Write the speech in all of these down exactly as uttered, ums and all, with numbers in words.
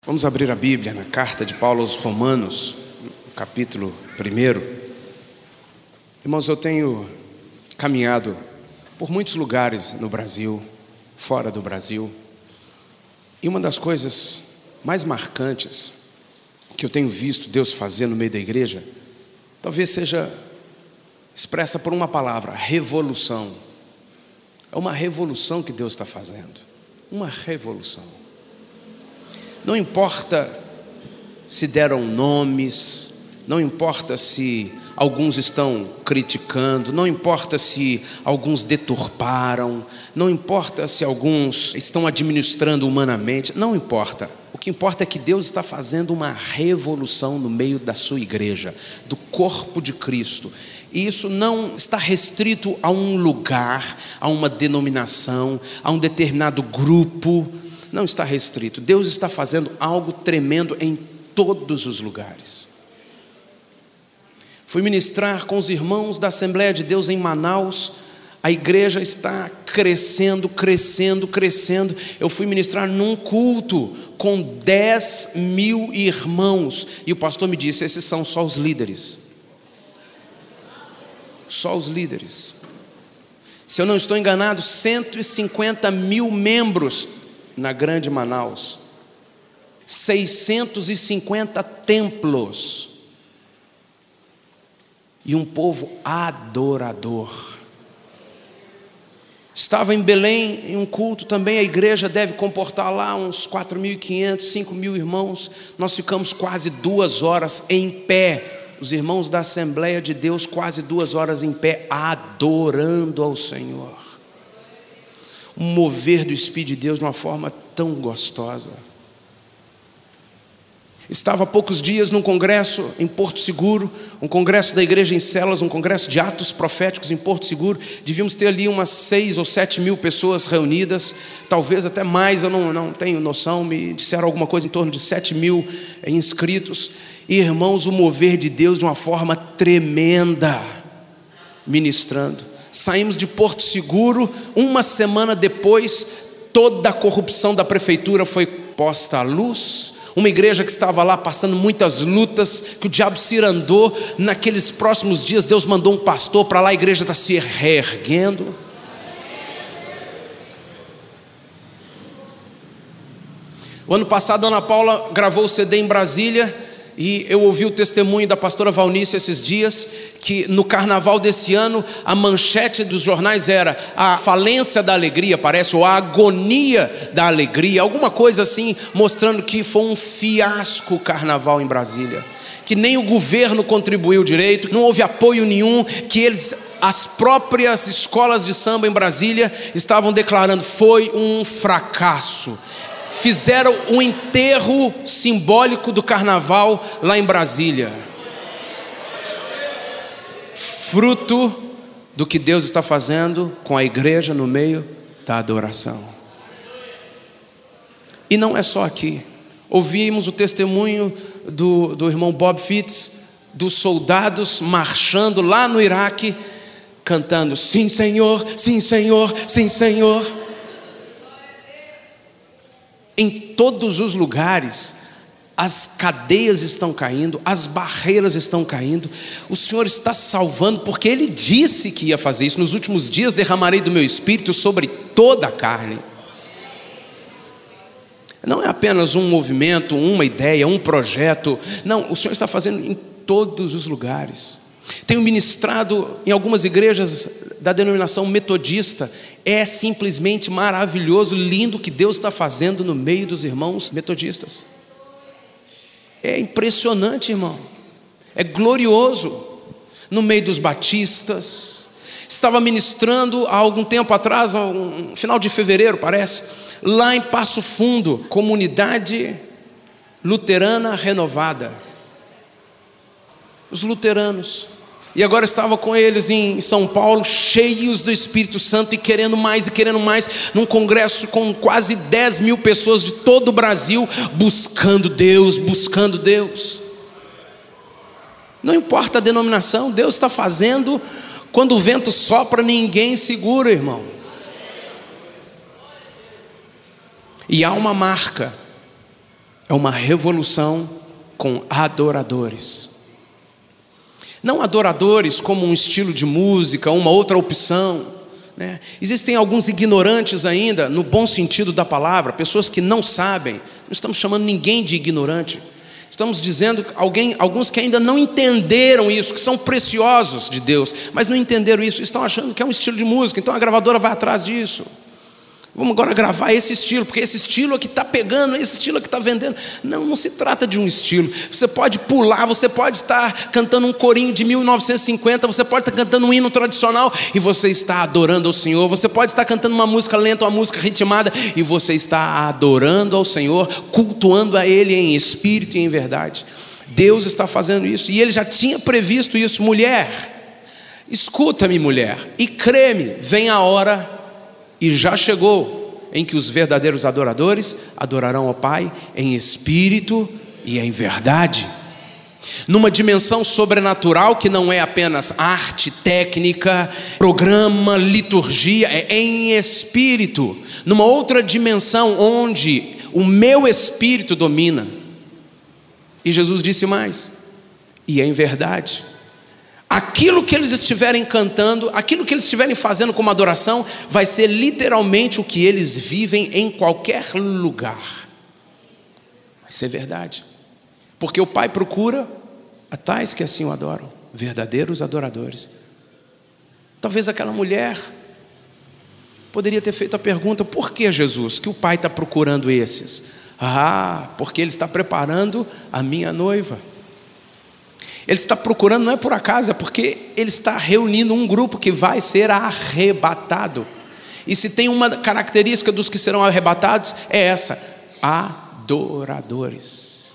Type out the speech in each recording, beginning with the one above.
Vamos abrir a Bíblia na carta de Paulo aos Romanos, no capítulo primeiro. Irmãos, eu tenho caminhado por muitos lugares no Brasil, fora do Brasil, e uma das coisas mais marcantes que eu tenho visto Deus fazer no meio da igreja, talvez seja expressa por uma palavra: revolução. É uma revolução que Deus está fazendo, uma revolução. Não importa se deram nomes, não importa se alguns estão criticando, não importa se alguns deturparam, não importa se alguns estão administrando humanamente, não importa. O que importa é que Deus está fazendo uma revolução no meio da sua igreja, do corpo de Cristo. E isso não está restrito a um lugar, a uma denominação, a um determinado grupo. Não está restrito. Deus está fazendo algo tremendo em todos os lugares. Fui ministrar com os irmãos da Assembleia de Deus em Manaus. A igreja está crescendo, crescendo, crescendo. Eu fui ministrar num culto com dez mil irmãos. E o pastor me disse: esses são só os líderes. Só os líderes. Se eu não estou enganado, cento e cinquenta mil membros na grande Manaus, seiscentos e cinquenta templos e um povo adorador. Estava em Belém em um culto também. A igreja deve comportar lá uns quatro mil e quinhentos, cinco mil irmãos. Nós ficamos quase duas horas em pé, os irmãos da Assembleia de Deus, quase duas horas em pé, adorando ao Senhor. Um mover do Espírito de Deus de uma forma tão gostosa. Estava há poucos dias num congresso em Porto Seguro, um congresso da igreja em células, um congresso de atos proféticos em Porto Seguro. Devíamos ter ali umas seis ou sete mil pessoas reunidas, talvez até mais, eu não, não tenho noção. Me disseram alguma coisa em torno de sete mil inscritos. E, irmãos, o mover de Deus de uma forma tremenda, ministrando. Saímos de Porto Seguro, uma semana depois, toda a corrupção da prefeitura foi posta à luz. Uma igreja que estava lá passando muitas lutas, que o diabo cirandou. Naqueles próximos dias, Deus mandou um pastor para lá, a igreja está se reerguendo. O ano passado, a Ana Paula gravou o C D em Brasília. E eu ouvi o testemunho da pastora Valnice esses dias, que no carnaval desse ano, a manchete dos jornais era a falência da alegria, parece, ou a agonia da alegria, alguma coisa assim, mostrando que foi um fiasco o carnaval em Brasília, que nem o governo contribuiu direito, não houve apoio nenhum, que eles, as próprias escolas de samba em Brasília estavam declarando: foi um fracasso. Fizeram um enterro simbólico do carnaval lá em Brasília, fruto do que Deus está fazendo com a igreja no meio da adoração. E não é só aqui. Ouvimos o testemunho do, do irmão Bob Fitts, dos soldados marchando lá no Iraque, cantando: sim Senhor, sim Senhor, sim Senhor. Em todos os lugares, as cadeias estão caindo, as barreiras estão caindo. O Senhor está salvando, porque Ele disse que ia fazer isso. Nos últimos dias derramarei do meu Espírito sobre toda a carne. Não é apenas um movimento, uma ideia, um projeto. Não, o Senhor está fazendo em todos os lugares. Tenho ministrado em algumas igrejas da denominação metodista. É simplesmente maravilhoso, lindo o que Deus está fazendo no meio dos irmãos metodistas. É impressionante, irmão. É glorioso. No meio dos batistas. Estava ministrando há algum tempo atrás, um final de fevereiro parece, lá em Passo Fundo, comunidade luterana renovada. Os luteranos. E agora estava com eles em São Paulo, cheios do Espírito Santo e querendo mais e querendo mais, num congresso com quase dez mil pessoas de todo o Brasil, buscando Deus, buscando Deus. Não importa a denominação, Deus está fazendo. Quando o vento sopra, ninguém segura, irmão. E há uma marca. é uma revolução com adoradores. Não adoradores como um estilo de música, uma outra opção, né? Existem alguns ignorantes ainda, no bom sentido da palavra, pessoas que não sabem. Não estamos chamando ninguém de ignorante. Estamos dizendo alguém, alguns que ainda não entenderam isso, que são preciosos de Deus, mas não entenderam isso, estão achando que é um estilo de música, então a gravadora vai atrás disso. Vamos agora gravar esse estilo, porque esse estilo é que está pegando, esse estilo é que está vendendo. Não, não se trata de um estilo. Você pode pular, você pode estar cantando um corinho de mil novecentos e cinquenta, você pode estar cantando um hino tradicional e você está adorando ao Senhor. Você pode estar cantando uma música lenta, uma música ritmada e você está adorando ao Senhor, cultuando a Ele em espírito e em verdade. Deus está fazendo isso e Ele já tinha previsto isso. Mulher, escuta-me, mulher, e crê-me, vem a hora. E já chegou em que os verdadeiros adoradores adorarão ao Pai em espírito e em verdade. Numa dimensão sobrenatural que não é apenas arte, técnica, programa, liturgia, é em espírito. Numa outra dimensão onde o meu espírito domina. E Jesus disse mais, e é em verdade. Aquilo que eles estiverem cantando, aquilo que eles estiverem fazendo como adoração, vai ser literalmente o que eles vivem em qualquer lugar. Vai ser verdade. Porque o Pai procura a tais que assim o adoram, verdadeiros adoradores. Talvez aquela mulher poderia ter feito a pergunta: por que, Jesus, que o Pai está procurando esses? Ah, porque Ele está preparando a minha noiva. Ele está procurando, não é por acaso, é porque Ele está reunindo um grupo que vai ser arrebatado. E se tem uma característica dos que serão arrebatados, é essa: adoradores.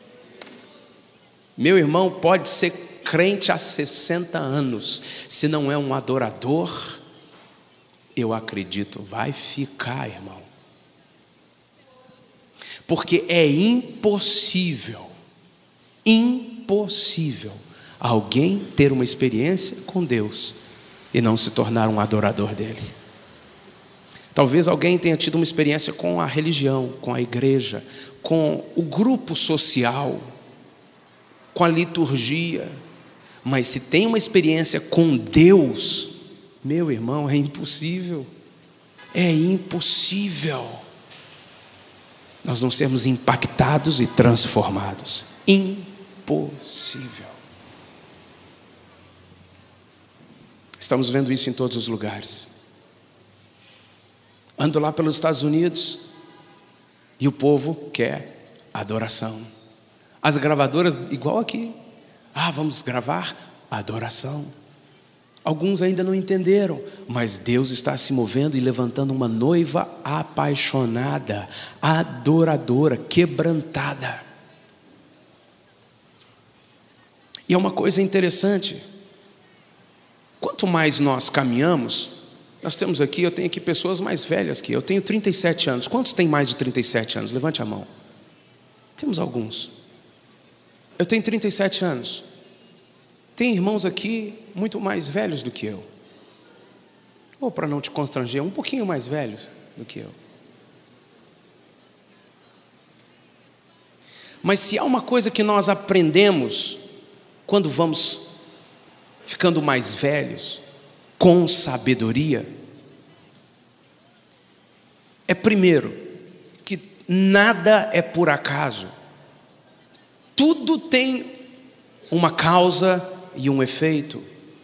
Meu irmão pode ser crente há sessenta anos, se não é um adorador, eu acredito, vai ficar, irmão. Porque é impossível, impossível, Impossível alguém ter uma experiência com Deus e não se tornar um adorador dele. Talvez alguém tenha tido uma experiência com a religião, com a igreja, com o grupo social, com a liturgia, mas se tem uma experiência com Deus, meu irmão, é impossível. É impossível nós não sermos impactados e transformados. Impossível. Possível. Estamos vendo isso em todos os lugares. Ando lá pelos Estados Unidos e o povo quer adoração. As gravadoras, igual aqui, ah, vamos gravar adoração. Alguns ainda não entenderam, mas Deus está se movendo e levantando uma noiva apaixonada, adoradora, quebrantada. E é uma coisa interessante, quanto mais nós caminhamos, nós temos aqui, eu tenho aqui pessoas mais velhas que eu, eu tenho trinta e sete anos, quantos têm mais de trinta e sete anos? Levante a mão. Temos alguns. Eu tenho trinta e sete anos, tem irmãos aqui muito mais velhos do que eu, ou para não te constranger, um pouquinho mais velhos do que eu. Mas se há uma coisa que nós aprendemos quando vamos ficando mais velhos, com sabedoria, é primeiro, que nada é por acaso. Tudo tem uma causa e um efeito.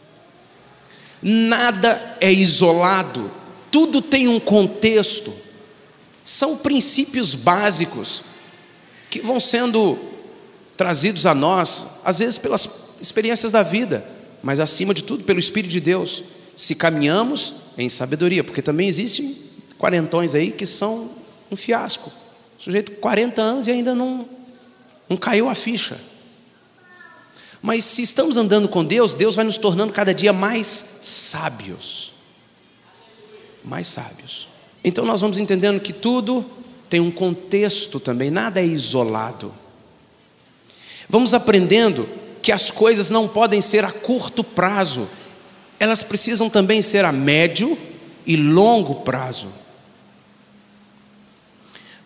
Nada é isolado, tudo tem um contexto. São princípios básicos que vão sendo trazidos a nós, às vezes pelas experiências da vida, mas acima de tudo pelo Espírito de Deus, se caminhamos em sabedoria, porque também existem quarentões aí que são um fiasco. O sujeito com quarenta anos e ainda não, não caiu a ficha. Mas se estamos andando com Deus, Deus vai nos tornando cada dia mais sábios. Mais sábios. Então nós vamos entendendo que tudo tem um contexto também, nada é isolado. Vamos aprendendo que as coisas não podem ser a curto prazo, elas precisam também ser a médio e longo prazo.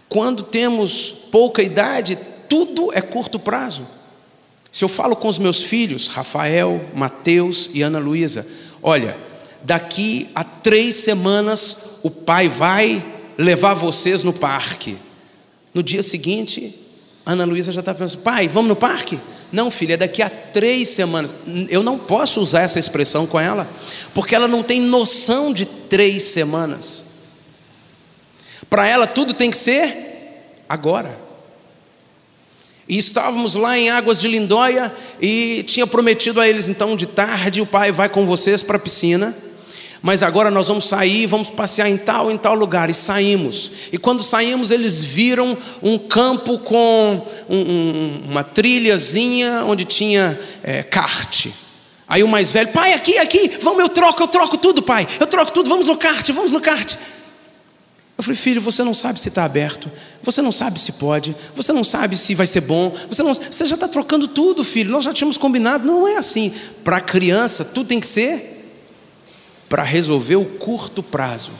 Quando temos pouca idade, tudo é curto prazo. Se eu falo com os meus filhos, Rafael, Mateus e Ana Luísa, olha, daqui a três semanas o pai vai levar vocês no parque. No dia seguinte, Ana Luísa já está pensando, pai, vamos no parque? Não, filha, é daqui a três semanas. Eu não posso usar essa expressão com ela, porque ela não tem noção de três semanas. Para ela tudo tem que ser agora. E estávamos lá em Águas de Lindóia e tinha prometido a eles, então, de tarde o pai vai com vocês para a piscina, mas agora nós vamos sair, vamos passear em tal, em tal lugar. E saímos, e quando saímos eles viram um campo com um, um, uma trilhazinha onde tinha é, kart. Aí o mais velho, pai, aqui, aqui, vamos, eu troco, eu troco tudo, pai, eu troco tudo, vamos no kart, vamos no kart. Eu falei, filho, você não sabe se está aberto, você não sabe se pode, você não sabe se vai ser bom, você, não, você já está trocando tudo, filho, nós já tínhamos combinado. Não é assim. Para a criança tudo tem que ser para resolver o curto prazo.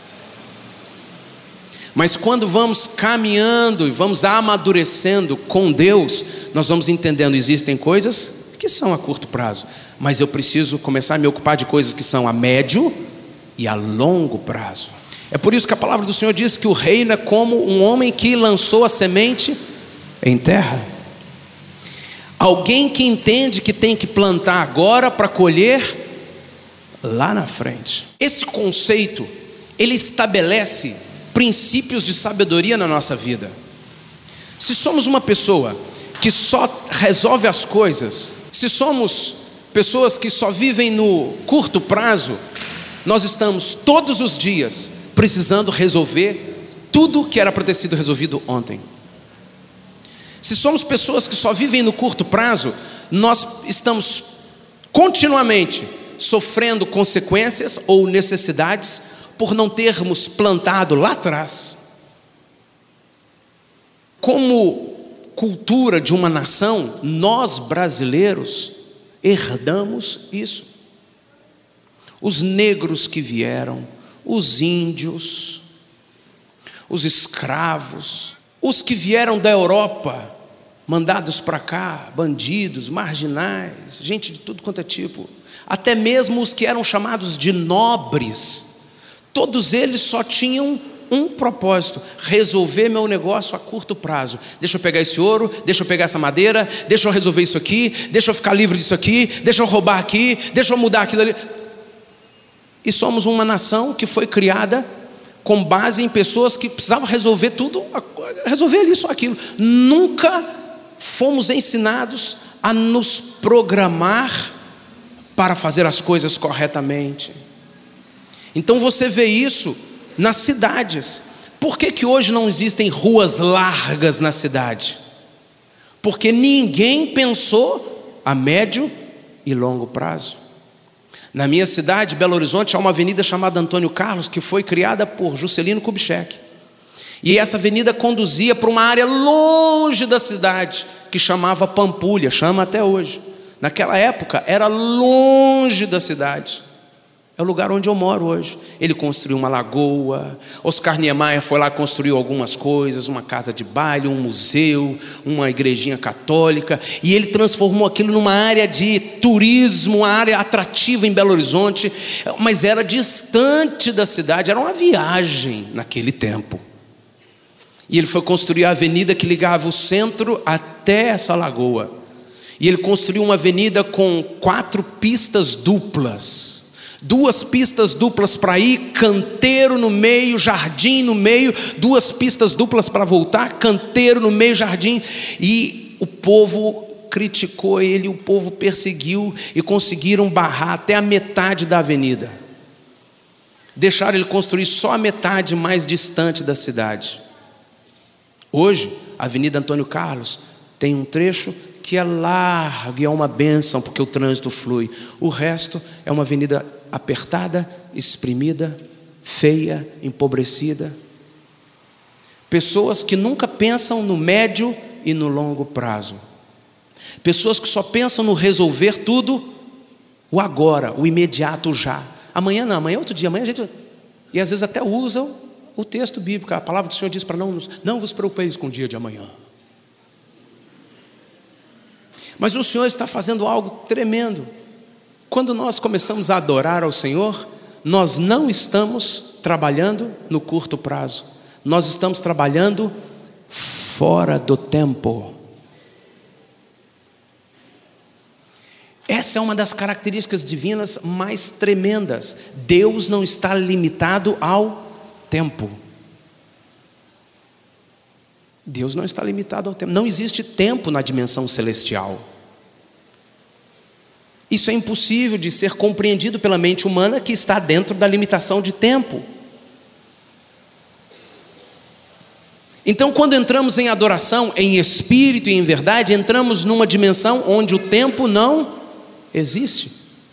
Mas quando vamos caminhando e vamos amadurecendo com Deus, nós vamos entendendo, existem coisas que são a curto prazo, mas eu preciso começar a me ocupar de coisas que são a médio e a longo prazo. É por isso que a palavra do Senhor diz que o reino é como um homem que lançou a semente em terra. Alguém que entende que tem que plantar agora para colher lá na frente. Esse conceito, ele estabelece princípios de sabedoria na nossa vida. Se somos uma pessoa que só resolve as coisas, se somos pessoas que só vivem no curto prazo, nós estamos todos os dias precisando resolver tudo que era para ter sido resolvido ontem. Se somos pessoas que só vivem no curto prazo, nós estamos continuamente sofrendo consequências ou necessidades por não termos plantado lá atrás. Como cultura de uma nação, nós brasileiros herdamos isso. Os negros que vieram, os índios, os escravos, os que vieram da Europa, mandados para cá, bandidos, marginais, gente de tudo quanto é tipo, até mesmo os que eram chamados de nobres, todos eles só tinham um propósito: resolver meu negócio a curto prazo. Deixa eu pegar esse ouro, deixa eu pegar essa madeira, deixa eu resolver isso aqui, deixa eu ficar livre disso aqui, deixa eu roubar aqui, deixa eu mudar aquilo ali. E somos uma nação que foi criada com base em pessoas que precisavam resolver tudo, resolver ali só aquilo. Nunca fomos ensinados a nos programar para fazer as coisas corretamente. Então você vê isso nas cidades. Por que que hoje não existem ruas largas na cidade? Porque ninguém pensou a médio e longo prazo. Na minha cidade, Belo Horizonte, há uma avenida chamada Antônio Carlos, que foi criada por Juscelino Kubitschek. E essa avenida conduzia para uma área longe da cidade, que chamava Pampulha, chama até hoje. Naquela época, era longe da cidade. É o lugar onde eu moro hoje. Ele construiu uma lagoa, Oscar Niemeyer foi lá, construiu algumas coisas, uma casa de baile, um museu, uma igrejinha católica, e ele transformou aquilo numa área de turismo, uma área atrativa em Belo Horizonte, mas era distante da cidade, era uma viagem naquele tempo. E ele foi construir a avenida que ligava o centro até essa lagoa, e ele construiu uma avenida com quatro pistas duplas, duas pistas duplas para ir, canteiro no meio, jardim no meio, duas pistas duplas para voltar, canteiro no meio, jardim. E o povo criticou ele, o povo perseguiu e conseguiram barrar até a metade da avenida. Deixaram ele construir só a metade mais distante da cidade. Hoje, a Avenida Antônio Carlos tem um trecho que é largo e é uma bênção, porque o trânsito flui. O resto é uma avenida apertada, exprimida, feia, empobrecida. Pessoas que nunca pensam no médio e no longo prazo. Pessoas que só pensam no resolver tudo o agora, o imediato, o já. Amanhã não, amanhã é outro dia, amanhã a gente... E às vezes até usam o texto bíblico, a palavra do Senhor diz para não, nos, não vos preocupeis com o dia de amanhã. Mas o Senhor está fazendo algo tremendo. Quando nós começamos a adorar ao Senhor, nós não estamos trabalhando no curto prazo, nós estamos trabalhando fora do tempo. Essa é uma das características divinas mais tremendas. Deus não está limitado ao tempo. Deus não está limitado ao tempo. Não existe tempo na dimensão celestial. Isso é impossível de ser compreendido pela mente humana, que está dentro da limitação de tempo. Então, quando entramos em adoração, em espírito e em verdade, entramos numa dimensão onde o tempo não existe.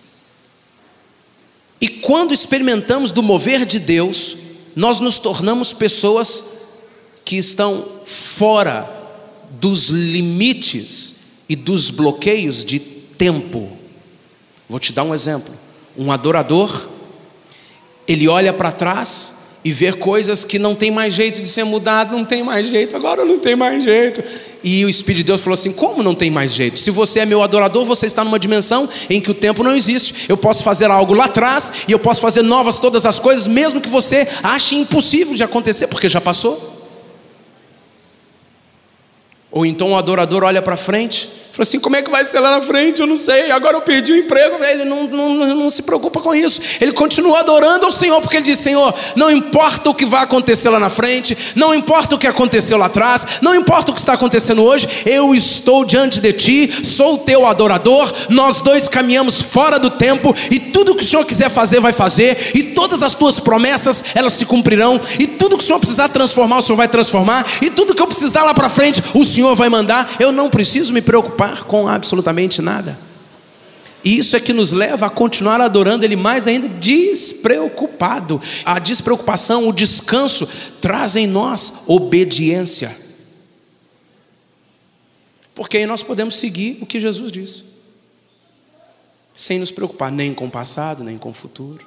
E quando experimentamos do mover de Deus, nós nos tornamos pessoas que estão fora dos limites e dos bloqueios de tempo. Vou te dar um exemplo. Um adorador, ele olha para trás e vê coisas que não tem mais jeito de ser mudado, não tem mais jeito, agora não tem mais jeito. E o Espírito de Deus falou assim: como não tem mais jeito? Se você é meu adorador, você está numa dimensão em que o tempo não existe. Eu posso fazer algo lá atrás e eu posso fazer novas todas as coisas, mesmo que você ache impossível de acontecer, porque já passou. Ou então o adorador olha para frente, fala assim: como é que vai ser lá na frente? Eu não sei, agora eu perdi o emprego. Ele não, não, não se preocupa com isso. Ele continua adorando ao Senhor, porque ele diz: Senhor, não importa o que vai acontecer lá na frente, não importa o que aconteceu lá atrás, não importa o que está acontecendo hoje, eu estou diante de Ti, sou o Teu adorador. Nós dois caminhamos fora do tempo, e tudo que o Senhor quiser fazer, vai fazer, e todas as Tuas promessas, elas se cumprirão, e tudo que o Senhor precisar transformar, o Senhor vai transformar, e tudo que eu precisar lá para frente, o Senhor vai mandar. Eu não preciso me preocupar com absolutamente nada. E isso é que nos leva a continuar adorando Ele mais ainda, despreocupado. A despreocupação, o descanso, traz em nós obediência, porque aí nós podemos seguir o que Jesus disse, sem nos preocupar nem com o passado, nem com o futuro.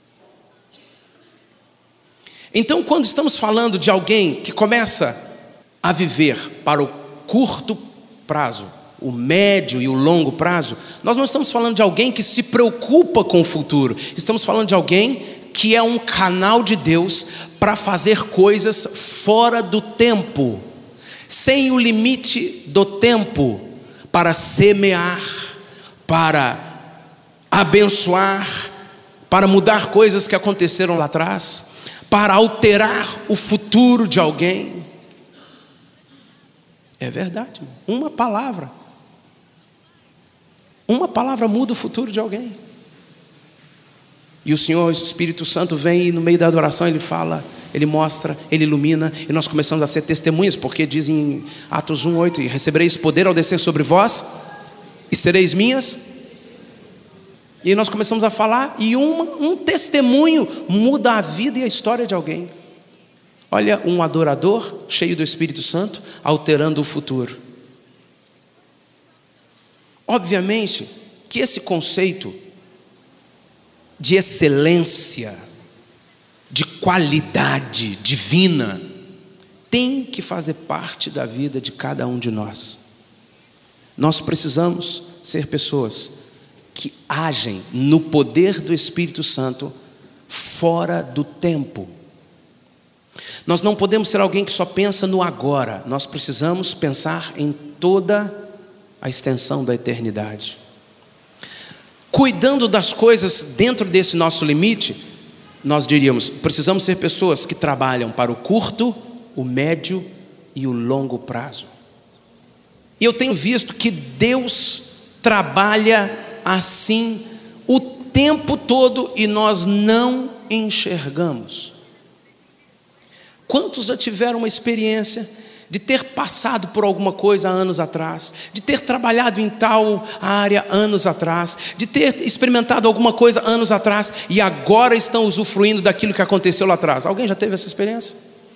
Então, quando estamos falando de alguém que começa a viver para o curto prazo, o médio e o longo prazo, nós não estamos falando de alguém que se preocupa com o futuro. Estamos falando de alguém que é um canal de Deus para fazer coisas fora do tempo, sem o limite do tempo, para semear, para abençoar, para mudar coisas que aconteceram lá atrás, para alterar o futuro de alguém. É verdade, uma palavra Uma palavra muda o futuro de alguém. E o Senhor, o Espírito Santo, vem e no meio da adoração Ele fala, Ele mostra, Ele ilumina, e nós começamos a ser testemunhas, porque diz em Atos um, oito: e recebereis poder ao descer sobre vós, e sereis minhas. E nós começamos a falar, e um, um testemunho muda a vida e a história de alguém. Olha, um adorador cheio do Espírito Santo alterando o futuro. Obviamente que esse conceito de excelência, de qualidade divina, tem que fazer parte da vida de cada um de nós. Nós precisamos ser pessoas que agem no poder do Espírito Santo fora do tempo. Nós não podemos ser alguém que só pensa no agora. Nós precisamos pensar em toda a extensão da eternidade. Cuidando das coisas dentro desse nosso limite, nós diríamos, precisamos ser pessoas que trabalham para o curto, o médio e o longo prazo. E eu tenho visto que Deus trabalha assim o tempo todo e nós não enxergamos. Quantos já tiveram uma experiência de ter passado por alguma coisa há anos atrás, de ter trabalhado em tal área anos atrás, de ter experimentado alguma coisa anos atrás, e agora estão usufruindo daquilo que aconteceu lá atrás? Alguém já teve essa experiência?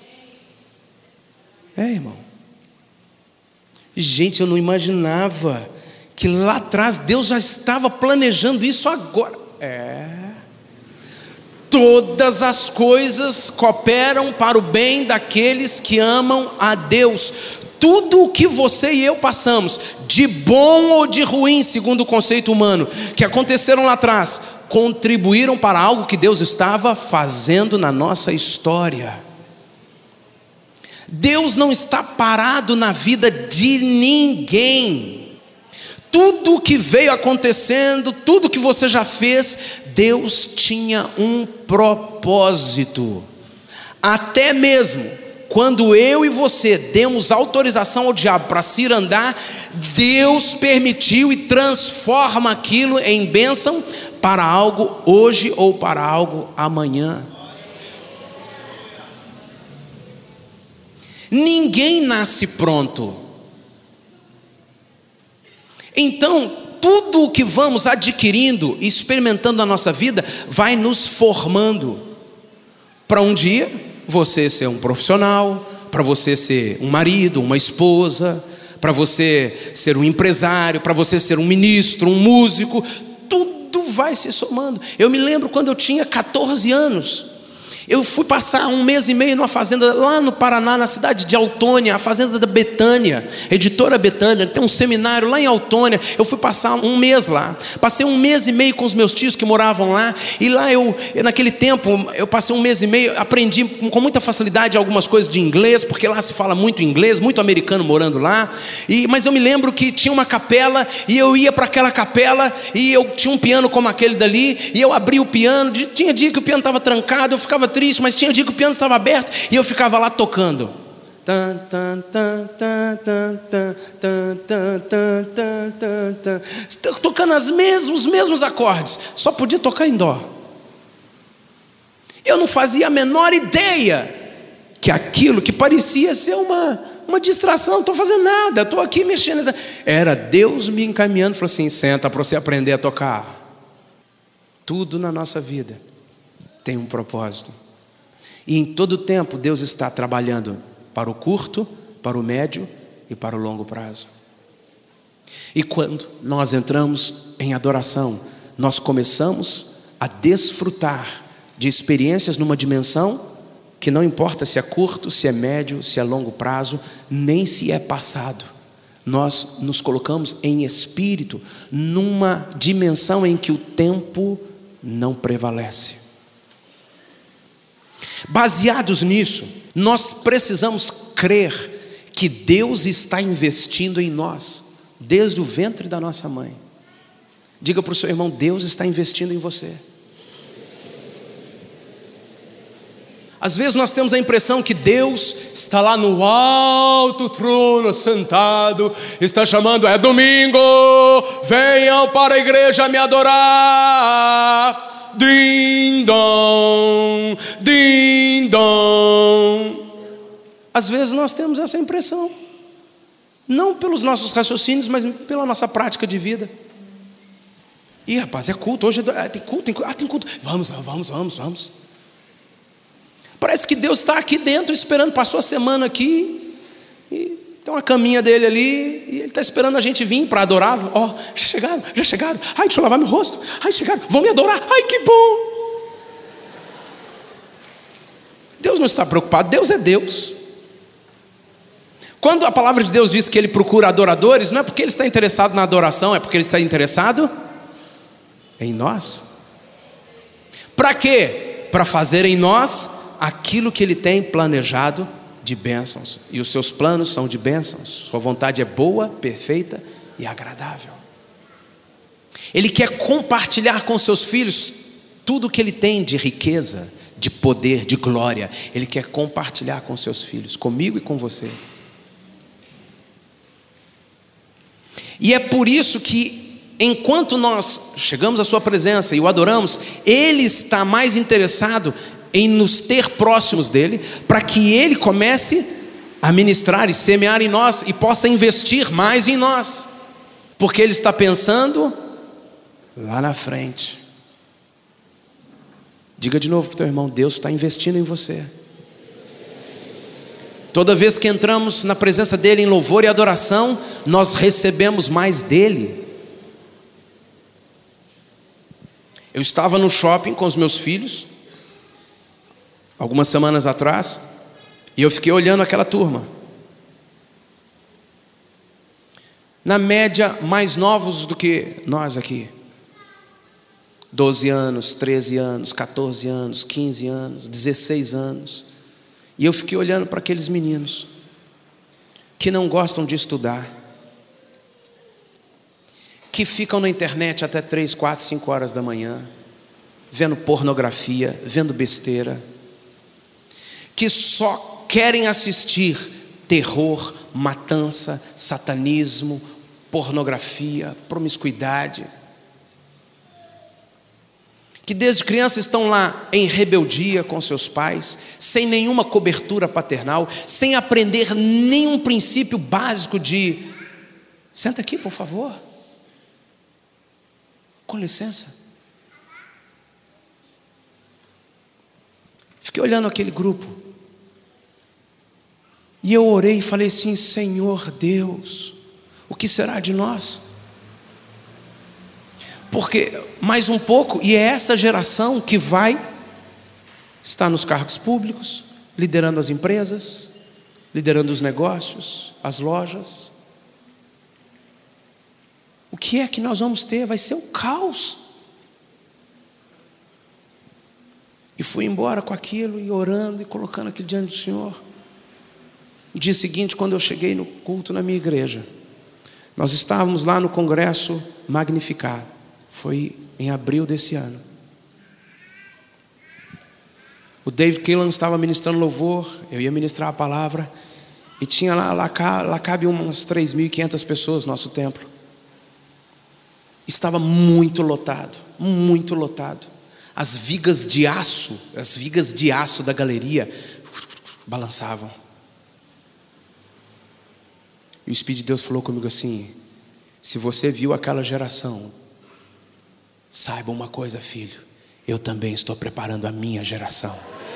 É, irmão. Gente, eu não imaginava que lá atrás Deus já estava planejando isso agora. É. todas as coisas cooperam para o bem daqueles que amam a Deus. Tudo o que você e eu passamos, de bom ou de ruim, segundo o conceito humano, que aconteceram lá atrás, contribuíram para algo que Deus estava fazendo na nossa história. Deus não está parado na vida de ninguém. Tudo o que veio acontecendo, tudo que você já fez, Deus tinha um propósito. Até mesmo quando eu e você demos autorização ao diabo para se ir andar, Deus permitiu e transforma aquilo em bênção para algo hoje ou para algo amanhã. Ninguém nasce pronto. Então, tudo o que vamos adquirindo e experimentando na nossa vida vai nos formando para um dia você ser um profissional, para você ser um marido, uma esposa, para você ser um empresário, para você ser um ministro, um músico. Tudo vai se somando. Eu me lembro quando eu tinha catorze anos, eu fui passar um mês e meio numa fazenda lá no Paraná, na cidade de Autônia, a fazenda da Betânia, editora Betânia, tem um seminário lá em Autônia. Eu fui passar um mês lá, passei um mês e meio com os meus tios que moravam lá, e lá eu, naquele tempo, eu passei um mês e meio, aprendi com muita facilidade algumas coisas de inglês, porque lá se fala muito inglês, muito americano morando lá, e, mas eu me lembro que tinha uma capela, e eu ia para aquela capela, e eu tinha um piano como aquele dali, e eu abria o piano, tinha dia que o piano estava trancado, eu ficava triste, mas tinha dia que o piano estava aberto e eu ficava lá tocando, tocando as mesmos, os mesmos acordes, só podia tocar em dó. Eu não fazia a menor ideia que aquilo que parecia ser uma, uma distração, não estou fazendo nada, estou aqui mexendo, era Deus me encaminhando, falou assim: senta para você aprender a tocar. Tudo na nossa vida tem um propósito. E em todo tempo Deus está trabalhando para o curto, para o médio e para o longo prazo. E quando nós entramos em adoração, nós começamos a desfrutar de experiências numa dimensão que não importa se é curto, se é médio, se é longo prazo, nem se é passado. Nós nos colocamos em espírito numa dimensão em que o tempo não prevalece. Baseados nisso, nós precisamos crer que Deus está investindo em nós desde o ventre da nossa mãe. Diga para o seu irmão: Deus está investindo em você. Às vezes nós temos a impressão que Deus está lá no alto trono sentado, está chamando: é domingo, venham para a igreja me adorar. Din dom, din dom. Às vezes nós temos essa impressão, não pelos nossos raciocínios, mas pela nossa prática de vida. Ih, rapaz, é culto, hoje é, tem culto, tem culto, ah, tem culto, vamos, vamos, vamos, vamos. Parece que Deus está aqui dentro esperando, passou a semana aqui, e tem uma caminha dele ali, e Ele está esperando a gente vir para adorá-lo. Ó, oh, já chegaram, já chegaram, ai, deixa eu lavar meu rosto, ai, chegaram, vão me adorar, ai, que bom. Deus não está preocupado, Deus é Deus. Quando a palavra de Deus diz que Ele procura adoradores, não é porque Ele está interessado na adoração, é porque Ele está interessado em nós. Para quê? Para fazer em nós aquilo que Ele tem planejado de bênçãos. E os seus planos são de bênçãos. Sua vontade é boa, perfeita e agradável. Ele quer compartilhar com seus filhos tudo que Ele tem de riqueza, de poder, de glória. Ele quer compartilhar com seus filhos, comigo e com você. E é por isso que, enquanto nós chegamos à sua presença e o adoramos, Ele está mais interessado em nos ter próximos dele, para que Ele comece a ministrar e semear em nós, e possa investir mais em nós, porque Ele está pensando lá na frente. Diga de novo para o teu irmão: Deus está investindo em você. Toda vez que entramos na presença dele em louvor e adoração, nós recebemos mais dele. Eu estava no shopping com os meus filhos, algumas semanas atrás, e eu fiquei olhando aquela turma. Na média, mais novos do que nós aqui. doze anos, treze anos, quatorze anos, quinze anos, dezesseis anos. E eu fiquei olhando para aqueles meninos que não gostam de estudar, que ficam na internet até três, quatro, cinco horas da manhã, vendo pornografia, vendo besteira, que só querem assistir terror, matança, satanismo, pornografia, promiscuidade, que desde criança estão lá em rebeldia com seus pais, sem nenhuma cobertura paternal, sem aprender nenhum princípio básico de: senta aqui, por favor, com licença. Fiquei olhando aquele grupo, e eu orei e falei assim: Senhor Deus, o que será de nós? Porque mais um pouco, e é essa geração que vai estar nos cargos públicos, liderando as empresas, liderando os negócios, as lojas. O que é que nós vamos ter? Vai ser um caos. E fui embora com aquilo, e orando, e colocando aquilo diante do Senhor. No dia seguinte, quando eu cheguei no culto na minha igreja, nós estávamos lá no Congresso Magnificar. Foi em abril desse ano. O David Killan estava ministrando louvor, eu ia ministrar a palavra, e tinha lá, lá, lá cabe umas três mil e quinhentas pessoas no nosso templo. Estava muito lotado, muito lotado. As vigas de aço, as vigas de aço da galeria balançavam. E o Espírito de Deus falou comigo assim: se você viu aquela geração, saiba uma coisa, filho, eu também estou preparando a minha geração.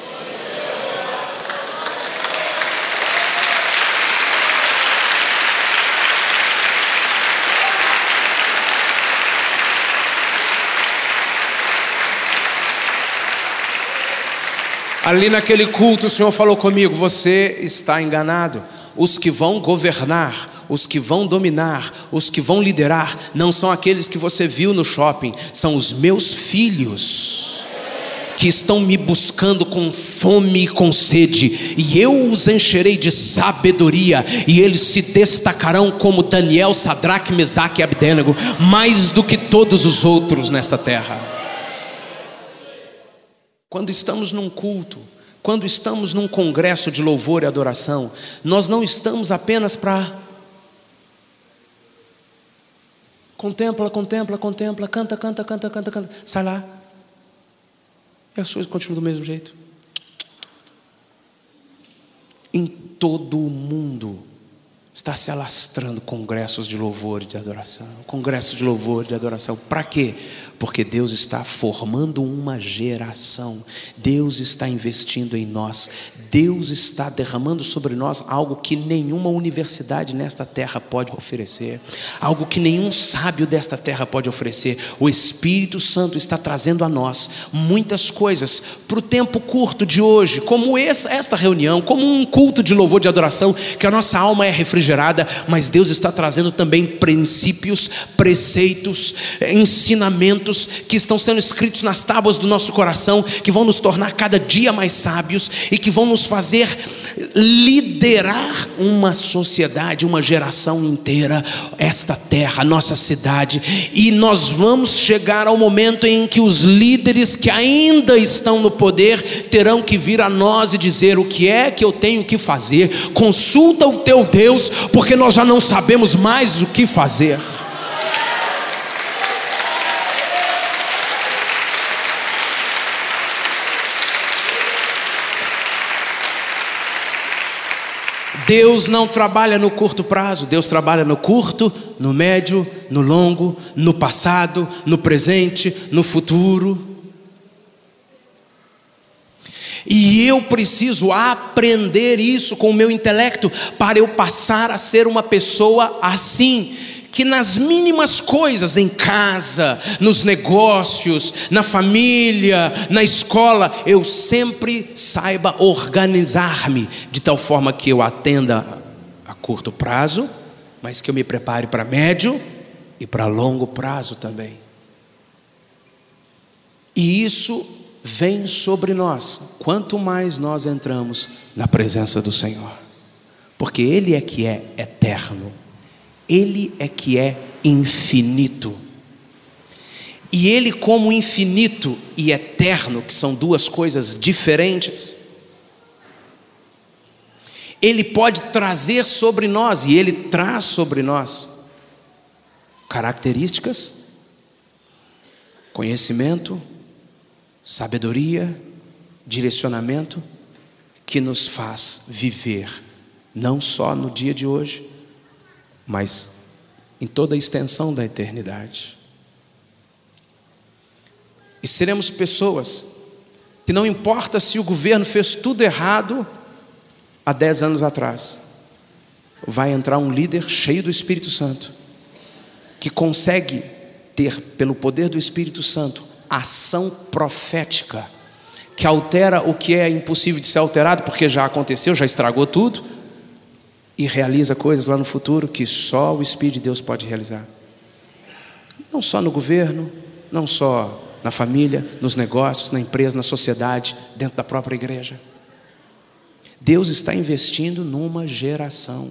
Ali naquele culto o Senhor falou comigo: você está enganado. Os que vão governar, os que vão dominar, os que vão liderar, não são aqueles que você viu no shopping, são os meus filhos, que estão me buscando com fome e com sede, e eu os encherei de sabedoria, e eles se destacarão como Daniel, Sadraque, Mesaque e Abdênego, mais do que todos os outros nesta terra. Quando estamos num culto, quando estamos num congresso de louvor e adoração, nós não estamos apenas para contempla, contempla, contempla, canta, canta, canta, canta, canta, sai lá, e as coisas continuam do mesmo jeito. Em todo o mundo está se alastrando congressos de louvor e de adoração, congressos de louvor e de adoração. Para quê? Porque Deus está formando uma geração, Deus está investindo em nós, Deus está derramando sobre nós algo que nenhuma universidade nesta terra pode oferecer, algo que nenhum sábio desta terra pode oferecer. O Espírito Santo está trazendo a nós muitas coisas para o tempo curto de hoje, como essa, esta reunião, como um culto de louvor e de adoração, que a nossa alma é refrigerada, mas Deus está trazendo também princípios, preceitos, ensinamentos que estão sendo escritos nas tábuas do nosso coração, que vão nos tornar cada dia mais sábios e que vão nos fazer liderar uma sociedade, uma geração inteira, esta terra, nossa cidade. E nós vamos chegar ao momento em que os líderes que ainda estão no poder terão que vir a nós e dizer: o que é que eu tenho que fazer? Consulta o teu Deus, porque nós já não sabemos mais o que fazer. Deus não trabalha no curto prazo, Deus trabalha no curto, no médio, no longo, no passado, no presente, no futuro. E eu preciso aprender isso com o meu intelecto, para eu passar a ser uma pessoa assim, que nas mínimas coisas, em casa, nos negócios, na família, na escola, eu sempre saiba organizar-me de tal forma que eu atenda a curto prazo, mas que eu me prepare para médio e para longo prazo também. E isso vem sobre nós quanto mais nós entramos na presença do Senhor, porque Ele é que é eterno, Ele é que é infinito. E Ele, como infinito e eterno, que são duas coisas diferentes, Ele pode trazer sobre nós, e Ele traz sobre nós, características, conhecimento, sabedoria, direcionamento, que nos faz viver, não só no dia de hoje, mas em toda a extensão da eternidade. E seremos pessoas que, não importa se o governo fez tudo errado há dez anos atrás, vai entrar um líder cheio do Espírito Santo, que consegue ter, pelo poder do Espírito Santo, ação profética, que altera o que é impossível de ser alterado, porque já aconteceu, já estragou tudo, e realiza coisas lá no futuro que só o Espírito de Deus pode realizar. Não só no governo, não só na família, nos negócios, na empresa, na sociedade, dentro da própria igreja. Deus está investindo numa geração.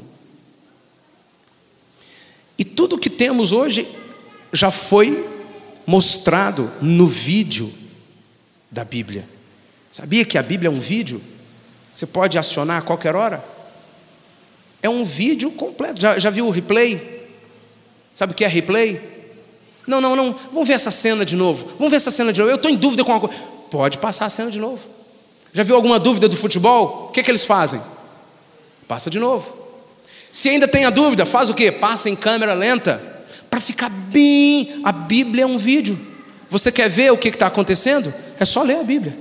E tudo que temos hoje já foi mostrado no vídeo da Bíblia. Sabia que a Bíblia é um vídeo? Você pode acionar a qualquer hora. É um vídeo completo. Já, já viu o replay? Sabe o que é replay? Não, não, não. Vamos ver essa cena de novo. Vamos ver essa cena de novo. Eu estou em dúvida com alguma coisa. Pode passar a cena de novo. Já viu alguma dúvida do futebol? O que é que eles fazem? Passa de novo. Se ainda tem a dúvida, faz o quê? Passa em câmera lenta, para ficar bem. A Bíblia é um vídeo. Você quer ver o que está acontecendo? É só ler a Bíblia.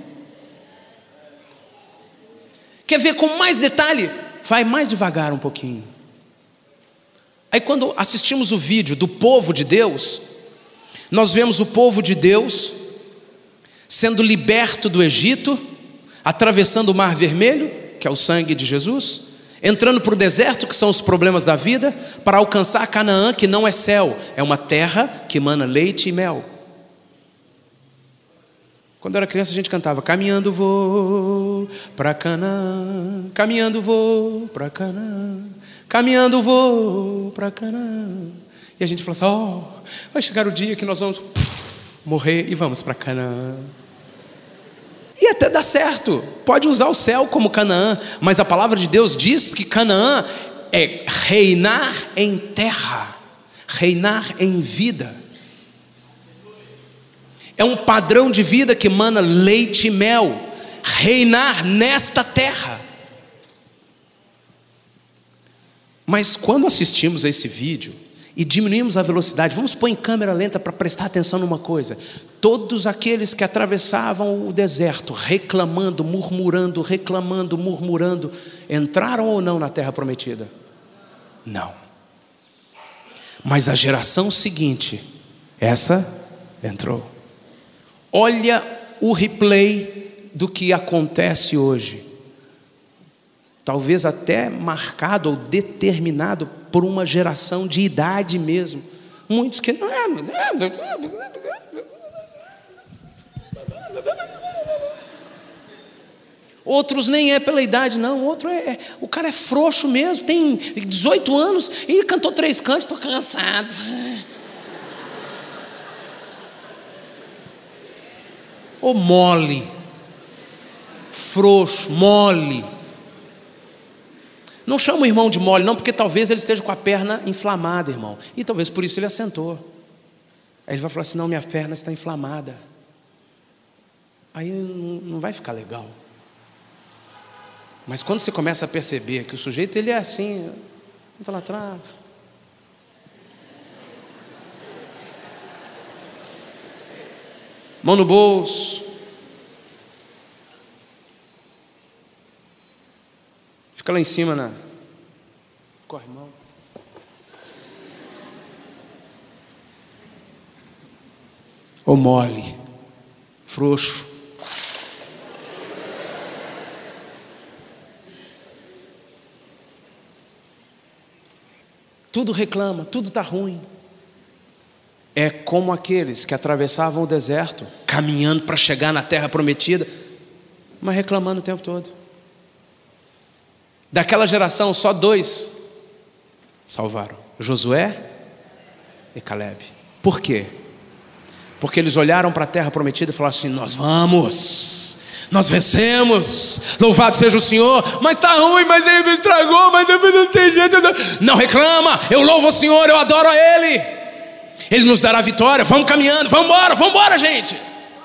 Quer ver com mais detalhe? Vai mais devagar um pouquinho. Aí quando assistimos o vídeo do povo de Deus, nós vemos o povo de Deus sendo liberto do Egito, atravessando o Mar Vermelho, que é o sangue de Jesus, entrando para o deserto, que são os problemas da vida, para alcançar Canaã, que não é céu, é uma terra que emana leite e mel. Quando eu era criança a gente cantava: caminhando vou para Canaã, caminhando vou para Canaã, caminhando vou para Canaã. E a gente falou assim: ó, oh, vai chegar o dia que nós vamos puf, morrer e vamos para Canaã. E até dá certo, pode usar o céu como Canaã, mas a palavra de Deus diz que Canaã é reinar em terra, reinar em vida. É um padrão de vida que emana leite e mel, reinar nesta terra. Mas quando assistimos a esse vídeo e diminuímos a velocidade, vamos pôr em câmera lenta para prestar atenção numa coisa: todos aqueles que atravessavam o deserto, reclamando, murmurando, reclamando, murmurando, entraram ou não na terra prometida? Não. Mas a geração seguinte, essa entrou. Olha o replay do que acontece hoje, talvez até marcado ou determinado por uma geração de idade mesmo. Muitos que não é, outros nem é pela idade não, outro é, é o cara é frouxo mesmo, tem dezoito anos e cantou três cantos, estou cansado. Ou mole, frouxo, mole. Não chama o irmão de mole não, porque talvez ele esteja com a perna inflamada, irmão, e talvez por isso ele assentou. Aí ele vai falar assim: não, minha perna está inflamada. Aí não, não vai ficar legal. Mas quando você começa a perceber que o sujeito ele é assim, vai falar: trava. Mão no bolso. Fica lá em cima na corrimão. ou mole, frouxo. Tudo reclama, tudo está ruim. É como aqueles que atravessavam o deserto, caminhando para chegar na terra prometida, mas reclamando o tempo todo. Daquela geração, só dois salvaram: Josué e Caleb. Por quê? Porque eles olharam para a terra prometida e falaram assim: nós vamos, nós vencemos, louvado seja o Senhor. Mas está ruim, mas ele me estragou, mas também não tem jeito. Não, não reclama, eu louvo o Senhor, eu adoro a Ele. Ele nos dará vitória, vamos caminhando, vamos embora, vamos embora, gente.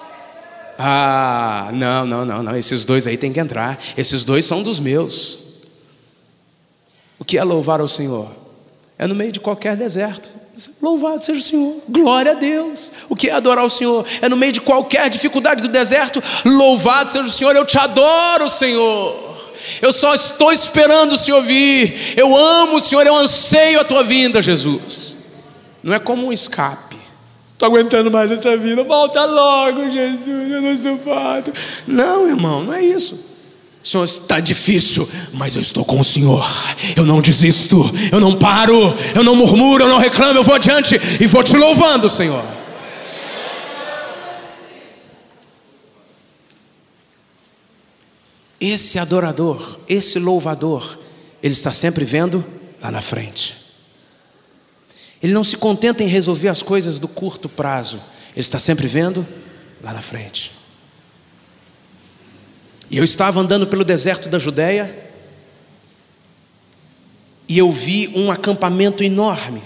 Ah, não, não, não, não, esses dois aí tem que entrar, esses dois são dos meus. O que é louvar ao Senhor? É no meio de qualquer deserto. Louvado seja o Senhor, glória a Deus. O que é adorar o Senhor? É no meio de qualquer dificuldade do deserto. Louvado seja o Senhor, eu te adoro, Senhor. Eu só estou esperando o Senhor vir. Eu amo o Senhor, eu anseio a tua vinda, Jesus. Não é como um escape. Estou aguentando mais essa vida, volta logo, Jesus, eu não suporto. Não, irmão, não é isso. Senhor, está difícil, mas eu estou com o Senhor. Eu não desisto, eu não paro, eu não murmuro, eu não reclamo, eu vou adiante e vou te louvando, Senhor. Esse adorador, esse louvador, ele está sempre vendo lá na frente. Ele não se contenta em resolver as coisas do curto prazo. Ele está sempre vendo lá na frente. E eu estava andando pelo deserto da Judéia e eu vi um acampamento enorme.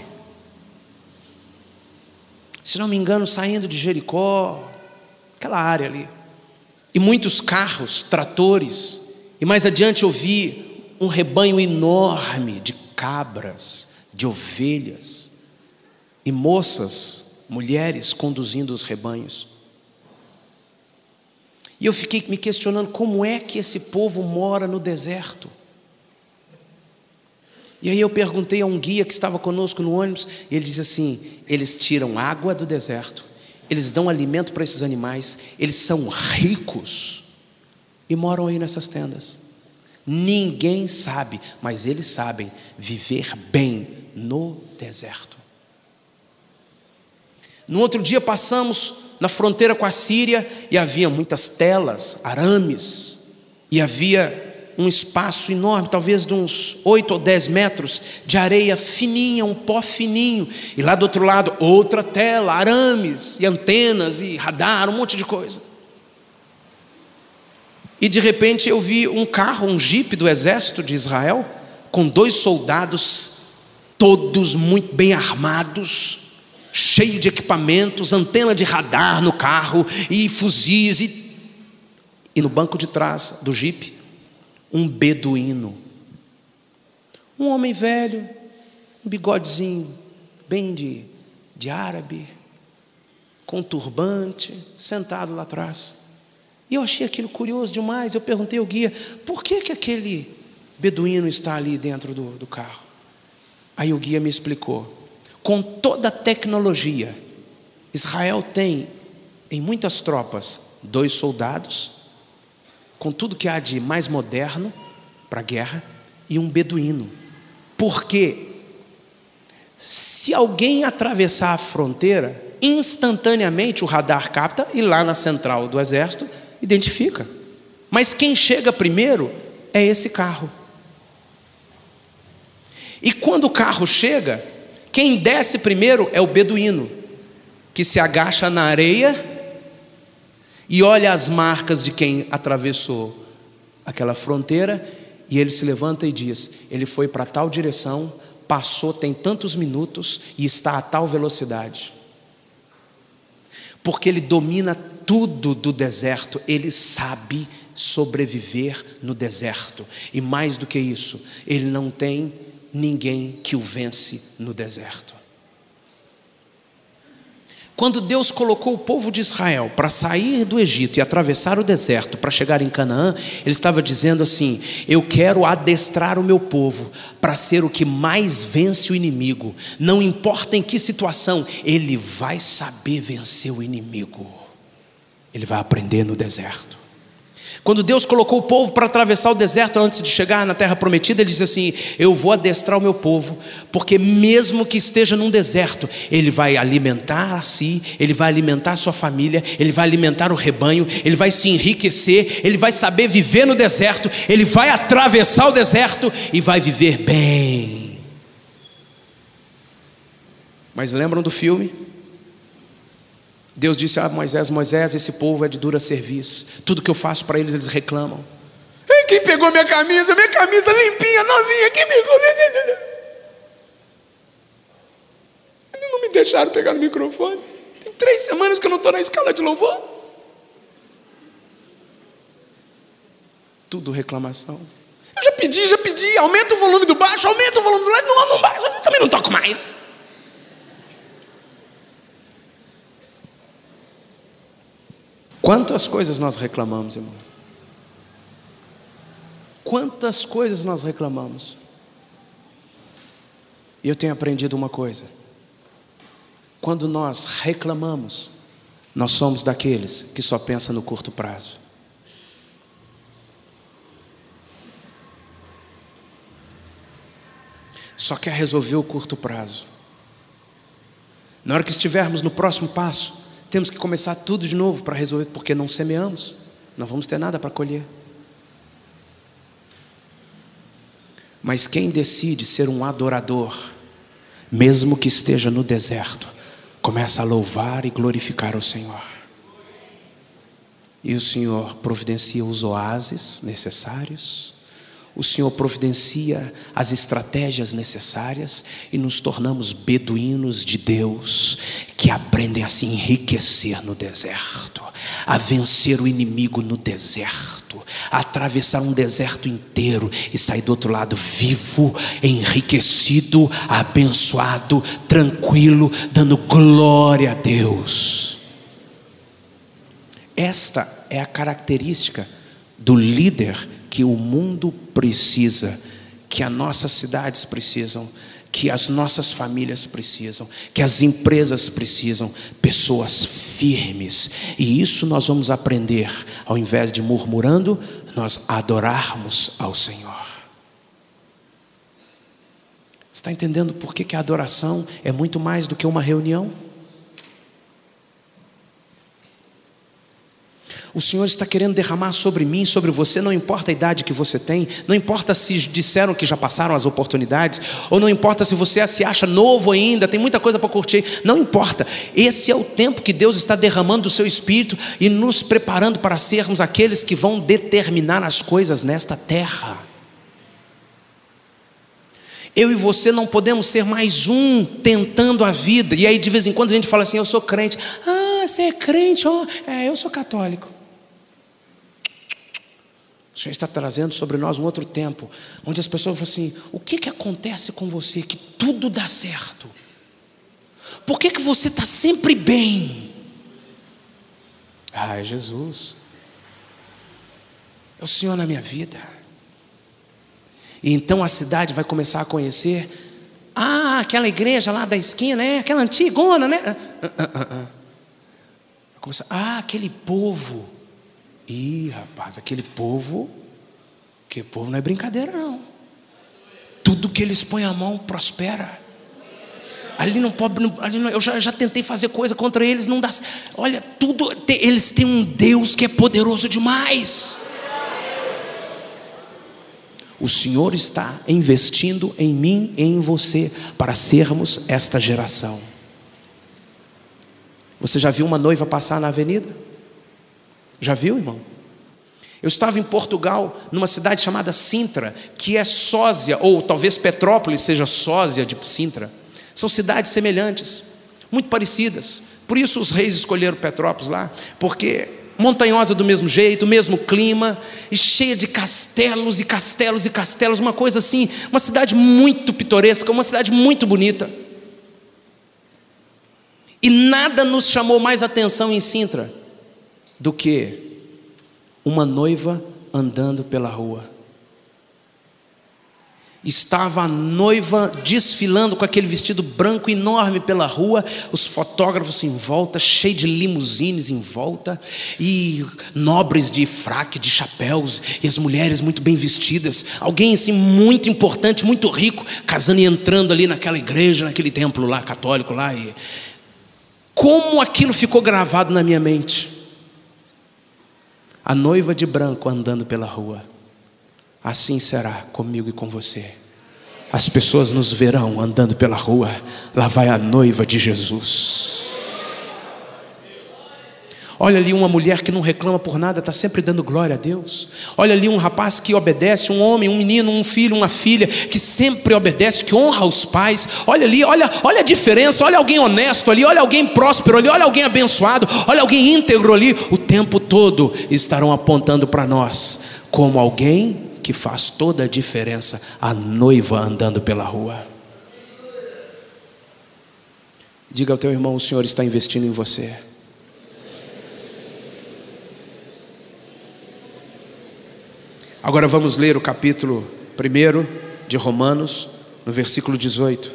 Se não me engano, saindo de Jericó, aquela área ali. E muitos carros, tratores. E mais adiante eu vi um rebanho enorme de cabras, de ovelhas. E moças, mulheres conduzindo os rebanhos. E eu fiquei me questionando como é que esse povo mora no deserto. E aí eu perguntei a um guia que estava conosco no ônibus, e ele disse assim: eles tiram água do deserto, eles dão alimento para esses animais, eles são ricos e moram aí nessas tendas. Ninguém sabe, mas eles sabem viver bem no deserto. No outro dia passamos na fronteira com a Síria e havia muitas telas, arames, e havia um espaço enorme, talvez de uns oito ou dez metros, de areia fininha, um pó fininho, e lá do outro lado outra tela, arames, e antenas, e radar, um monte de coisa. E de repente eu vi um carro, um jipe do exército de Israel, com dois soldados, todos muito bem armados, cheio de equipamentos, antena de radar no carro, e fuzis, e, e no banco de trás do jipe, um beduíno, um homem velho, um bigodezinho, bem de, de árabe, com um turbante, sentado lá atrás. E eu achei aquilo curioso demais. Eu perguntei ao guia: por que que aquele beduíno está ali dentro do, do carro? Aí o guia me explicou: com toda a tecnologia, Israel tem em muitas tropas dois soldados, com tudo que há de mais moderno para a guerra, e um beduíno. Porque se alguém atravessar a fronteira, instantaneamente o radar capta e lá na central do exército identifica. Mas quem chega primeiro é esse carro. E quando o carro chega, quem desce primeiro é o beduíno, que se agacha na areia e olha as marcas de quem atravessou aquela fronteira, e ele se levanta e diz: ele foi para tal direção, passou tem tantos minutos e está a tal velocidade. Porque ele domina tudo do deserto, ele sabe sobreviver no deserto. E mais do que isso, ele não tem ninguém que o vence no deserto. Quando Deus colocou o povo de Israel para sair do Egito e atravessar o deserto para chegar em Canaã, Ele estava dizendo assim: eu quero adestrar o meu povo para ser o que mais vence o inimigo. Não importa em que situação, ele vai saber vencer o inimigo. Ele vai aprender no deserto. Quando Deus colocou o povo para atravessar o deserto antes de chegar na terra prometida, Ele disse assim: eu vou adestrar o meu povo, porque mesmo que esteja num deserto, ele vai alimentar a si, ele vai alimentar a sua família, ele vai alimentar o rebanho, ele vai se enriquecer, ele vai saber viver no deserto, ele vai atravessar o deserto e vai viver bem. Mas lembram do filme? Deus disse a Moisés: Moisés, esse povo é de dura serviço, tudo que eu faço para eles, eles reclamam. Quem pegou minha camisa? Minha camisa limpinha, novinha, quem pegou? Eles não me deixaram pegar no microfone. Tem três semanas que eu não estou na escala de louvor. Tudo reclamação. Eu já pedi, já pedi, aumenta o volume do baixo, aumenta o volume do lado, não, não baixa, eu também não toco mais. Quantas coisas nós reclamamos, irmão? Quantas coisas nós reclamamos? E eu tenho aprendido uma coisa: quando nós reclamamos, nós somos daqueles que só pensam no curto prazo. Só quer resolver o curto prazo. Na hora que estivermos no próximo passo, temos que começar tudo de novo para resolver, porque não semeamos, não vamos ter nada para colher. Mas quem decide ser um adorador, mesmo que esteja no deserto, começa a louvar e glorificar o Senhor. E o Senhor providencia os oásis necessários, o Senhor providencia as estratégias necessárias, e nos tornamos beduínos de Deus, que aprendem a se enriquecer no deserto, a vencer o inimigo no deserto, a atravessar um deserto inteiro e sair do outro lado vivo, enriquecido, abençoado, tranquilo, dando glória a Deus. Esta é a característica do líder que o mundo precisa, que as nossas cidades precisam, que as nossas famílias precisam, que as empresas precisam, pessoas firmes. E isso nós vamos aprender, ao invés de murmurando, nós adorarmos ao Senhor. Está entendendo por que que a adoração é muito mais do que uma reunião? O Senhor está querendo derramar sobre mim, sobre você, não importa a idade que você tem, não importa se disseram que já passaram as oportunidades, ou não importa se você se acha novo ainda, tem muita coisa para curtir, não importa. Esse é o tempo que Deus está derramando do seu Espírito e nos preparando para sermos aqueles que vão determinar as coisas nesta terra. Eu e você não podemos ser mais um tentando a vida. E aí de vez em quando a gente fala assim: eu sou crente. Ah, você é crente? Oh, é, eu sou católico. O Senhor está trazendo sobre nós um outro tempo, onde as pessoas falam assim: o que que acontece com você que tudo dá certo? Por que que você está sempre bem? Ah, é Jesus. É o Senhor na minha vida. E então a cidade vai começar a conhecer: ah, aquela igreja lá da esquina, é aquela antigona, né? Ah, ah, ah, ah. Começar, ah, aquele povo. Ih, rapaz, aquele povo, aquele povo não é brincadeira não. Tudo que eles põem a mão prospera. Ali não pode, ali não, eu já, já tentei fazer coisa contra eles, não dá. Olha, tudo, eles têm um Deus que é poderoso demais. O Senhor está investindo em mim e em você para sermos esta geração. Você já viu uma noiva passar na avenida? Já viu, irmão? Eu estava em Portugal, numa cidade chamada Sintra, que é sósia, ou talvez Petrópolis seja sósia de Sintra. São cidades semelhantes, muito parecidas. Por isso os reis escolheram Petrópolis lá, porque montanhosa do mesmo jeito, o mesmo clima, e cheia de castelos e castelos e castelos, uma coisa assim, uma cidade muito pitoresca, uma cidade muito bonita. E nada nos chamou mais atenção em Sintra do que uma noiva andando pela rua. Estava a noiva desfilando com aquele vestido branco enorme pela rua, os fotógrafos em volta, cheio de limusines em volta, e nobres de fraque, de chapéus, e as mulheres muito bem vestidas. Alguém assim muito importante, muito rico, casando e entrando ali naquela igreja, naquele templo lá, católico lá. E como aquilo ficou gravado na minha mente. A noiva de branco andando pela rua. Assim será comigo e com você. As pessoas nos verão andando pela rua. Lá vai a noiva de Jesus. Olha ali uma mulher que não reclama por nada, está sempre dando glória a Deus. Olha ali um rapaz que obedece, um homem, um menino, um filho, uma filha, que sempre obedece, que honra os pais. Olha ali, olha, olha a diferença. Olha alguém honesto ali, olha alguém próspero ali, olha alguém abençoado, olha alguém íntegro ali. O tempo todo estarão apontando para nós como alguém que faz toda a diferença, a noiva andando pela rua. Diga ao teu irmão: o Senhor está investindo em você. Agora vamos ler o capítulo primeiro de Romanos, no versículo dezoito.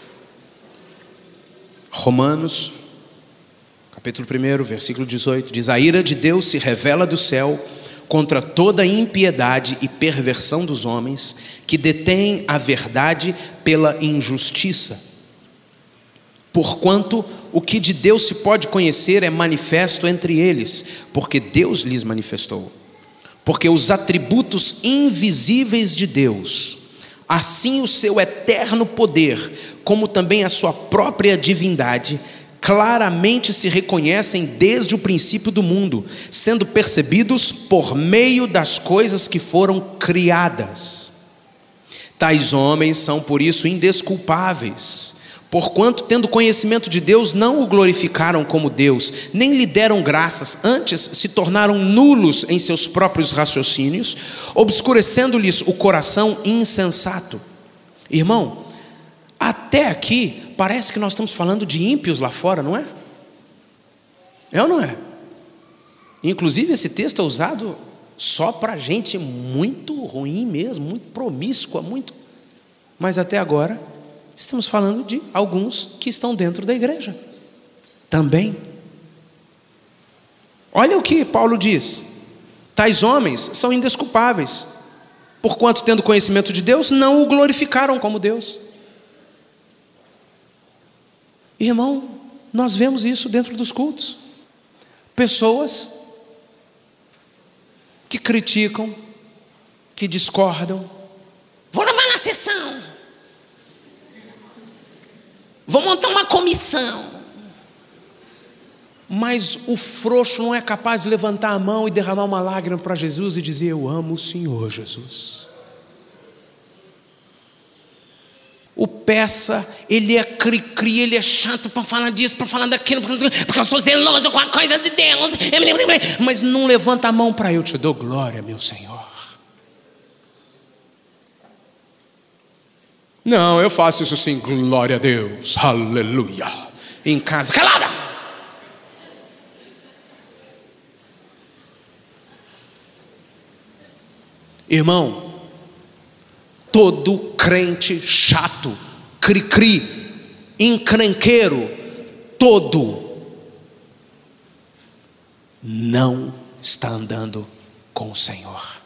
Romanos, capítulo primeiro, versículo dezoito, diz: a ira de Deus se revela do céu contra toda impiedade e perversão dos homens, que detêm a verdade pela injustiça. Porquanto o que de Deus se pode conhecer é manifesto entre eles, porque Deus lhes manifestou. Porque os atributos invisíveis de Deus, assim o seu eterno poder, como também a sua própria divindade, claramente se reconhecem desde o princípio do mundo, sendo percebidos por meio das coisas que foram criadas. Tais homens são por isso indesculpáveis, porquanto, tendo conhecimento de Deus, não o glorificaram como Deus, nem lhe deram graças, antes se tornaram nulos em seus próprios raciocínios, obscurecendo-lhes o coração insensato. Irmão, até aqui parece que nós estamos falando de ímpios lá fora, não é? É ou não é? Inclusive esse texto é usado só para gente muito ruim mesmo, muito promíscua, muito... Mas até agora estamos falando de alguns que estão dentro da igreja também. Olha o que Paulo diz: tais homens são indesculpáveis, porquanto, tendo conhecimento de Deus, não o glorificaram como Deus. Irmão, nós vemos isso dentro dos cultos. Pessoas que criticam, que discordam. Vou levar na sessão. Vou montar uma comissão. Mas o frouxo não é capaz de levantar a mão e derramar uma lágrima para Jesus e dizer: eu amo o Senhor Jesus. O peça, ele é cri-cri, ele é chato para falar disso, para falar daquilo, porque eu sou zeloso com a coisa de Deus, mas não levanta a mão para eu te dou glória, meu Senhor. Não, eu faço isso sim, glória a Deus, aleluia. Em casa, calada. Irmão, todo crente chato, cri-cri, encrenqueiro, todo, não está andando com o Senhor.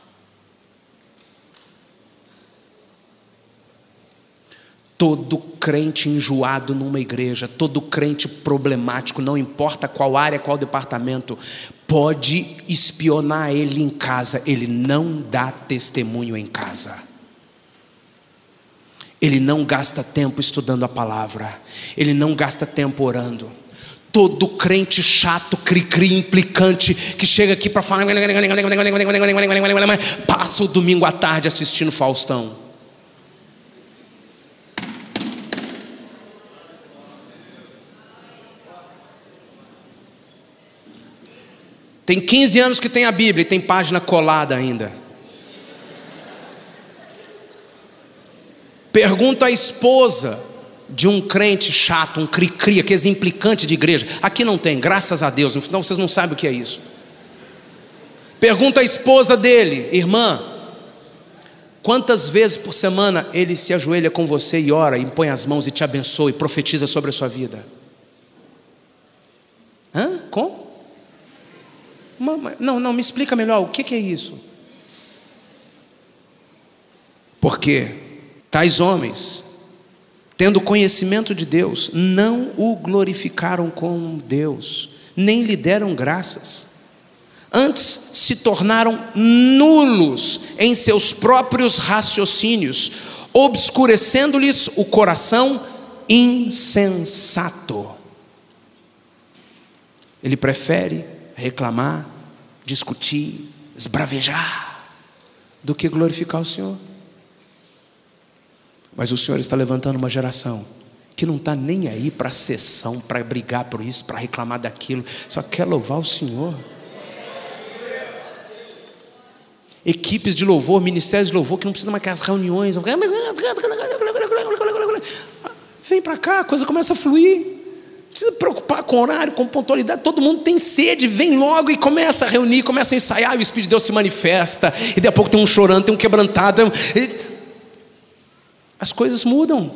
Todo crente enjoado numa igreja, todo crente problemático, não importa qual área, qual departamento, pode espionar ele em casa, ele não dá testemunho em casa. Ele não gasta tempo estudando a palavra, ele não gasta tempo orando. Todo crente chato, cri-cri, implicante, que chega aqui para falar, passa o domingo à tarde assistindo Faustão. Tem quinze anos que tem a Bíblia e tem página colada ainda. Pergunta à esposa: de um crente chato, um cri-cri, aqueles implicantes de igreja. Aqui não tem, graças a Deus, no final vocês não sabem o que é isso. Pergunta a esposa dele: irmã, quantas vezes por semana ele se ajoelha com você e ora, e põe as mãos e te abençoa e profetiza sobre a sua vida? Hã? Como? Não, não, me explica melhor, o que é isso? Porque tais homens, tendo conhecimento de Deus, não o glorificaram como Deus, nem lhe deram graças. Antes se tornaram nulos em seus próprios raciocínios, obscurecendo-lhes o coração insensato. Ele prefere reclamar, discutir, esbravejar, do que glorificar o Senhor. Mas o Senhor está levantando uma geração que não está nem aí para a sessão, para brigar por isso, para reclamar daquilo, só quer louvar o Senhor. Equipes de louvor, ministérios de louvor, que não precisam mais daquelas reuniões. Vem para cá, a coisa começa a fluir. Não precisa preocupar com horário, com pontualidade. Todo mundo tem sede, vem logo e começa a reunir, começa a ensaiar, e o Espírito de Deus se manifesta, e daqui a pouco tem um chorando, tem um quebrantado. As coisas mudam.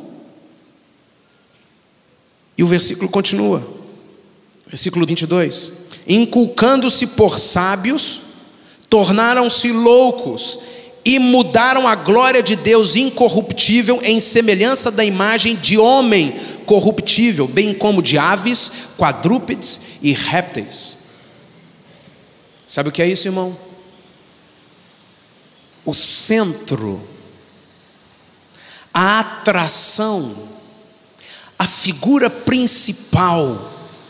E o versículo continua, versículo vinte e dois: inculcando-se por sábios, tornaram-se loucos e mudaram a glória de Deus incorruptível em semelhança da imagem de homem corruptível, bem como de aves, quadrúpedes e répteis. Sabe o que é isso, irmão? O centro, a atração, a figura principal,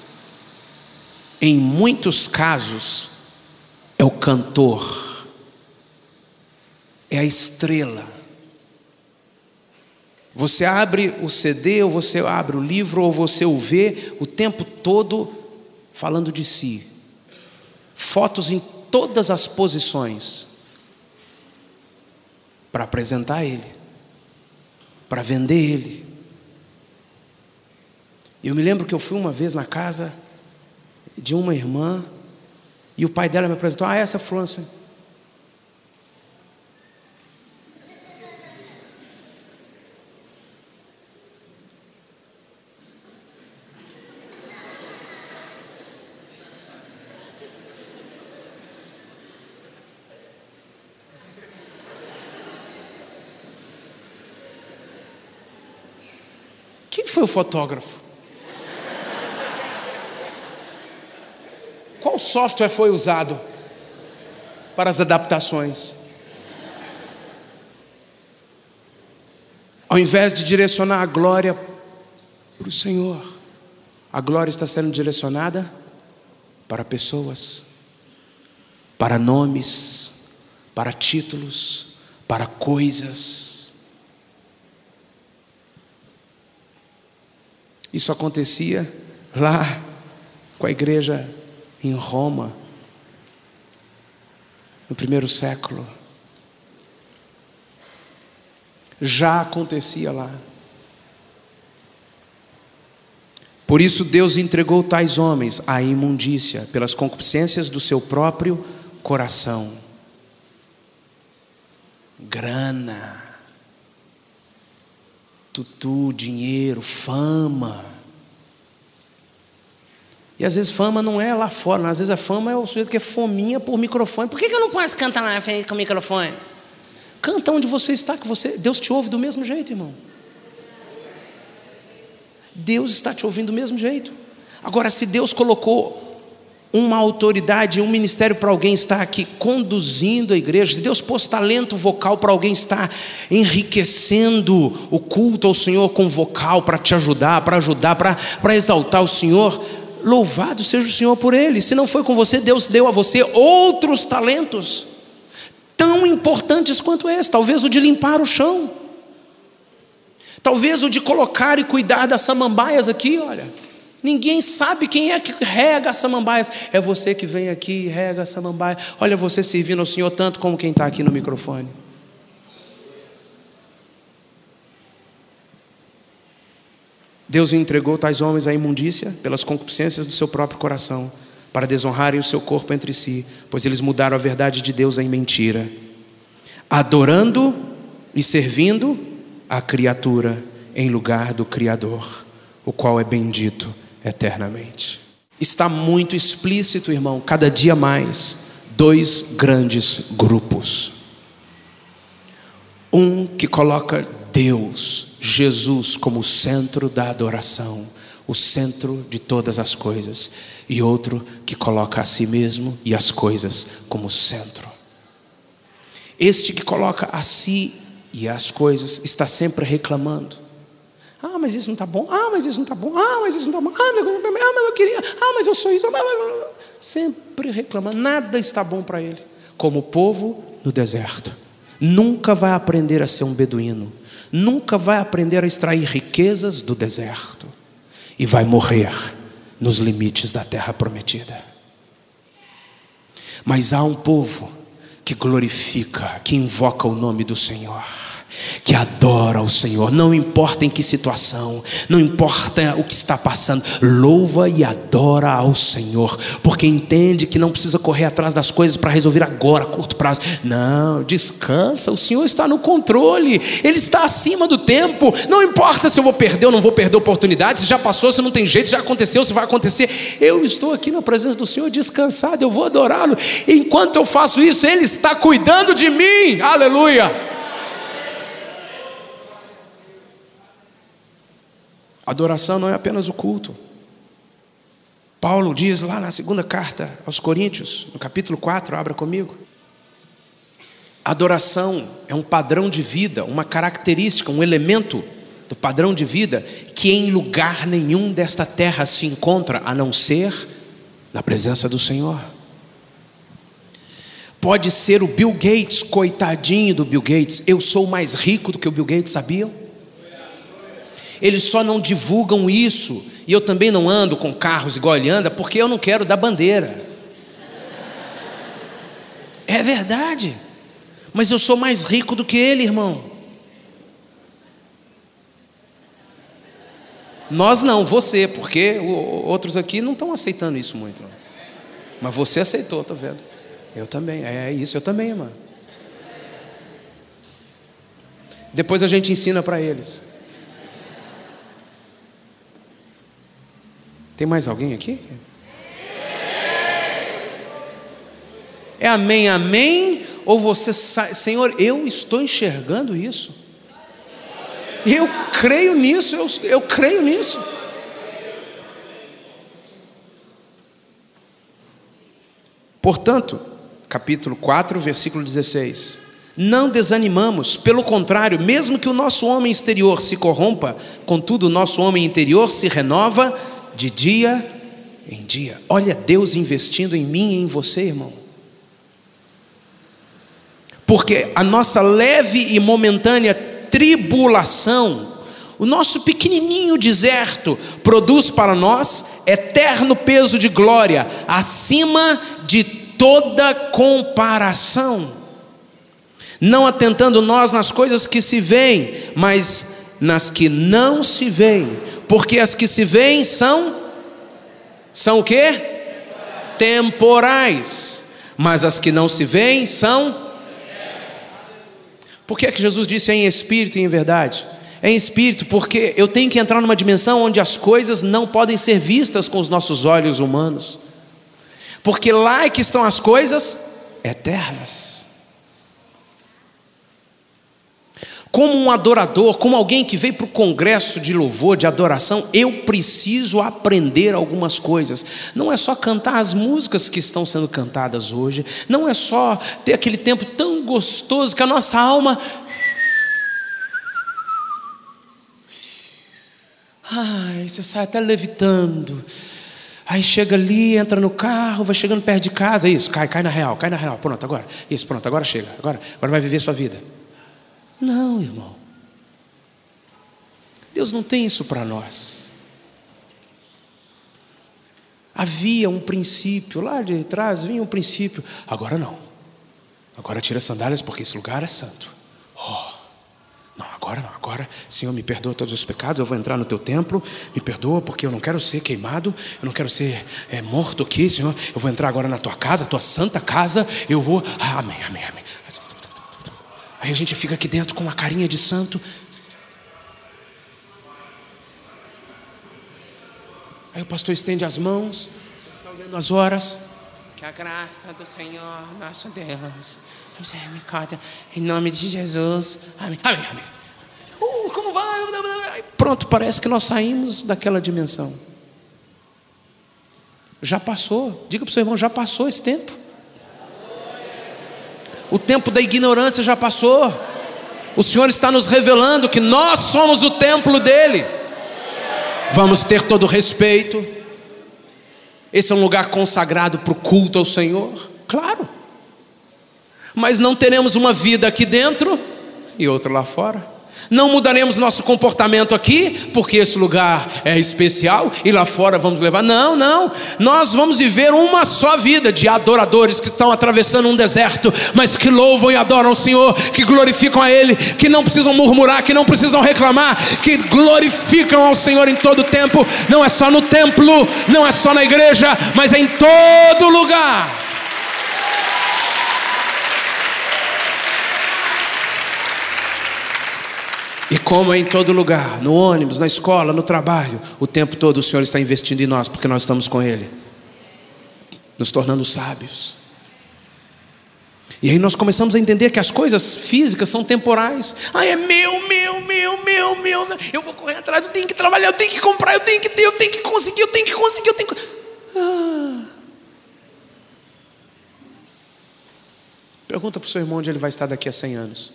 em muitos casos, é o cantor, é a estrela. Você abre o C D, ou você abre o livro, ou você o vê o tempo todo falando de si. Fotos em todas as posições, para apresentar ele, para vender ele. Eu me lembro que eu fui uma vez na casa de uma irmã, e o pai dela me apresentou: ah, essa é a França. Quem foi o fotógrafo? Qual software foi usado para as adaptações? Ao invés de direcionar a glória para o Senhor, a glória está sendo direcionada para pessoas, para nomes, para títulos, para coisas. Isso acontecia lá com a igreja em Roma, no primeiro século. Já acontecia lá. Por isso Deus entregou tais homens à imundícia, pelas concupiscências do seu próprio coração. Grana, tutu, dinheiro, fama. E às vezes fama não é lá fora, às vezes a fama é o sujeito que é fominha por microfone. Por que eu não posso cantar lá com o microfone? Canta onde você está, que você, Deus te ouve do mesmo jeito, irmão. Deus está te ouvindo do mesmo jeito. Agora, se Deus colocou uma autoridade, um ministério para alguém estar aqui conduzindo a igreja, se Deus pôs talento vocal para alguém estar enriquecendo o culto ao Senhor com vocal, para te ajudar, para ajudar, para, para exaltar o Senhor, louvado seja o Senhor por ele. Se não foi com você, Deus deu a você outros talentos tão importantes quanto esse. Talvez o de limpar o chão, talvez o de colocar e cuidar das samambaias aqui. Olha, ninguém sabe quem é que rega as samambaias. É você que vem aqui e rega a samambaia. Olha, você servindo ao Senhor tanto como quem está aqui no microfone. Deus entregou tais homens à imundícia pelas concupiscências do seu próprio coração, para desonrarem o seu corpo entre si, pois eles mudaram a verdade de Deus em mentira, adorando e servindo a criatura em lugar do Criador, o qual é bendito eternamente. Está muito explícito, irmão, cada dia mais, dois grandes grupos. Um que coloca Deus, Jesus, como o centro da adoração, o centro de todas as coisas, e outro que coloca a si mesmo e as coisas como centro. Este que coloca a si e as coisas está sempre reclamando. Ah, mas isso não está bom. Ah, mas isso não está bom. Ah, mas isso não está bom. Ah, mas eu queria. Ah, mas eu sou isso. Sempre reclamando. Nada está bom para ele. Como o povo no deserto. Nunca vai aprender a ser um beduíno. Nunca vai aprender a extrair riquezas do deserto. E vai morrer nos limites da terra prometida. Mas há um povo que glorifica, que invoca o nome do Senhor, que adora o Senhor, não importa em que situação, não importa o que está passando, louva e adora ao Senhor, porque entende que não precisa correr atrás das coisas para resolver agora, a curto prazo. Não, descansa, o Senhor está no controle, Ele está acima do tempo. Não importa se eu vou perder ou não vou perder oportunidades, se já passou, se não tem jeito, se já aconteceu, se vai acontecer. Eu estou aqui na presença do Senhor descansado, eu vou adorá-lo. Enquanto eu faço isso, Ele está cuidando de mim. Aleluia. Adoração não é apenas o culto. Paulo diz lá na segunda carta aos Coríntios, no capítulo quatro, abra comigo. Adoração é um padrão de vida, uma característica, um elemento do padrão de vida que em lugar nenhum desta terra se encontra, a não ser na presença do Senhor. Pode ser o Bill Gates, coitadinho do Bill Gates. Eu sou mais rico do que o Bill Gates, sabiam? Eles só não divulgam isso, e eu também não ando com carros igual ele anda, porque eu não quero dar bandeira. É verdade, mas eu sou mais rico do que ele, irmão. Nós não, você, porque outros aqui não estão aceitando isso muito, não. Mas você aceitou, tá vendo? Eu também, é isso, eu também, irmão. Depois a gente ensina para eles. Tem mais alguém aqui? É amém, amém? Ou você sai, Senhor, eu estou enxergando isso. Eu creio nisso, eu, eu creio nisso. Portanto, capítulo quatro, versículo dezesseis. Não desanimamos, pelo contrário, mesmo que o nosso homem exterior se corrompa, contudo o nosso homem interior se renova de dia em dia. Olha Deus investindo em mim e em você, irmão. Porque a nossa leve e momentânea tribulação, o nosso pequenininho deserto, produz para nós eterno peso de glória, acima de toda comparação. Não atentando nós nas coisas que se veem, mas nas que não se veem. Porque as que se veem são, são o quê? Temporais. Mas as que não se veem são. Por que é que Jesus disse é em espírito e em verdade? É em espírito porque eu tenho que entrar numa dimensão onde as coisas não podem ser vistas com os nossos olhos humanos. Porque lá é que estão as coisas eternas. Como um adorador, como alguém que veio para o congresso de louvor, de adoração, eu preciso aprender algumas coisas. Não é só cantar as músicas que estão sendo cantadas hoje, não é só ter aquele tempo tão gostoso que a nossa alma... Ai, você sai até levitando. Aí chega ali, entra no carro, vai chegando perto de casa, isso, cai, cai na real, cai na real, pronto, agora, isso, pronto, agora chega, agora, agora vai viver sua vida. Não, irmão. Deus não tem isso para nós. Havia um princípio, lá de trás vinha um princípio. Agora não. Agora tira as sandálias porque esse lugar é santo. Oh, não, agora não, agora agora, Senhor, me perdoa todos os pecados, eu vou entrar no teu templo, me perdoa porque eu não quero ser queimado, eu não quero ser é, morto aqui, Senhor, eu vou entrar agora na tua casa, tua santa casa, eu vou, ah, amém, amém, amém. Aí a gente fica aqui dentro com uma carinha de santo. Aí o pastor estende as mãos, você está olhando as horas. Que a graça do Senhor, nosso Deus, misericórdia, em nome de Jesus, amém, amém, amém. Uh, como vai? Pronto, parece que nós saímos daquela dimensão. Já passou, diga para o seu irmão, já passou esse tempo. O tempo da ignorância já passou. O Senhor está nos revelando que nós somos o templo dele. Vamos ter todo o respeito. Esse é um lugar consagrado para o culto ao Senhor, claro. Mas não teremos uma vida aqui dentro e outra lá fora. Não mudaremos nosso comportamento aqui, porque esse lugar é especial, e lá fora vamos levar. Não, não. Nós vamos viver uma só vida de adoradores que estão atravessando um deserto, mas que louvam e adoram o Senhor, que glorificam a Ele, que não precisam murmurar, que não precisam reclamar, que glorificam ao Senhor em todo tempo. Não é só no templo, não é só na igreja, mas é em todo lugar. E como é em todo lugar, no ônibus, na escola, no trabalho, o tempo todo o Senhor está investindo em nós, porque nós estamos com Ele, nos tornando sábios. E aí nós começamos a entender que as coisas físicas são temporais. Ah, é meu, meu, meu, meu, meu. Eu vou correr atrás, eu tenho que trabalhar, eu tenho que comprar, eu tenho que ter, eu tenho que conseguir, eu tenho que conseguir, eu tenho que... Ah. Pergunta para o seu irmão onde ele vai estar daqui a cem anos.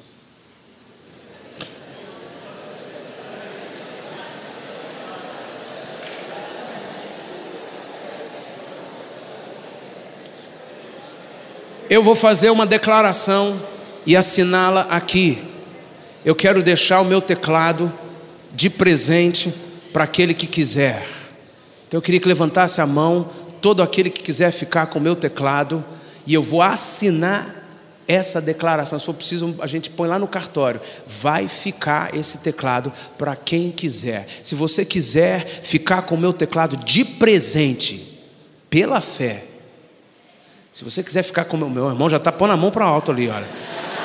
Eu vou fazer uma declaração e assiná-la aqui. Eu quero deixar o meu teclado de presente para aquele que quiser. Então eu queria que levantasse a mão, todo aquele que quiser ficar com o meu teclado, e eu vou assinar essa declaração. Se for preciso, a gente põe lá no cartório. Vai ficar esse teclado para quem quiser. Se você quiser ficar com o meu teclado de presente, pela fé, se você quiser ficar com o meu, meu irmão, já está pondo a mão para alto ali, olha.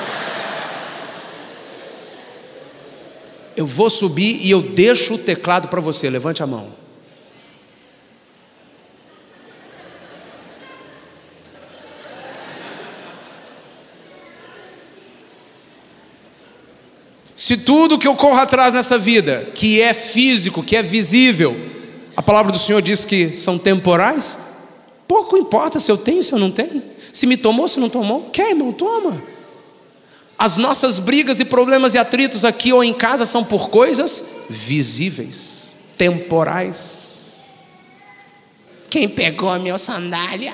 Eu vou subir e eu deixo o teclado para você. Levante a mão. Se tudo que eu corro atrás nessa vida, que é físico, que é visível, a palavra do Senhor diz que são temporais, pouco importa se eu tenho, se eu não tenho. Se me tomou, se não tomou. Quer, irmão, toma. As nossas brigas e problemas e atritos aqui ou em casa são por coisas visíveis, temporais. Quem pegou a minha sandália?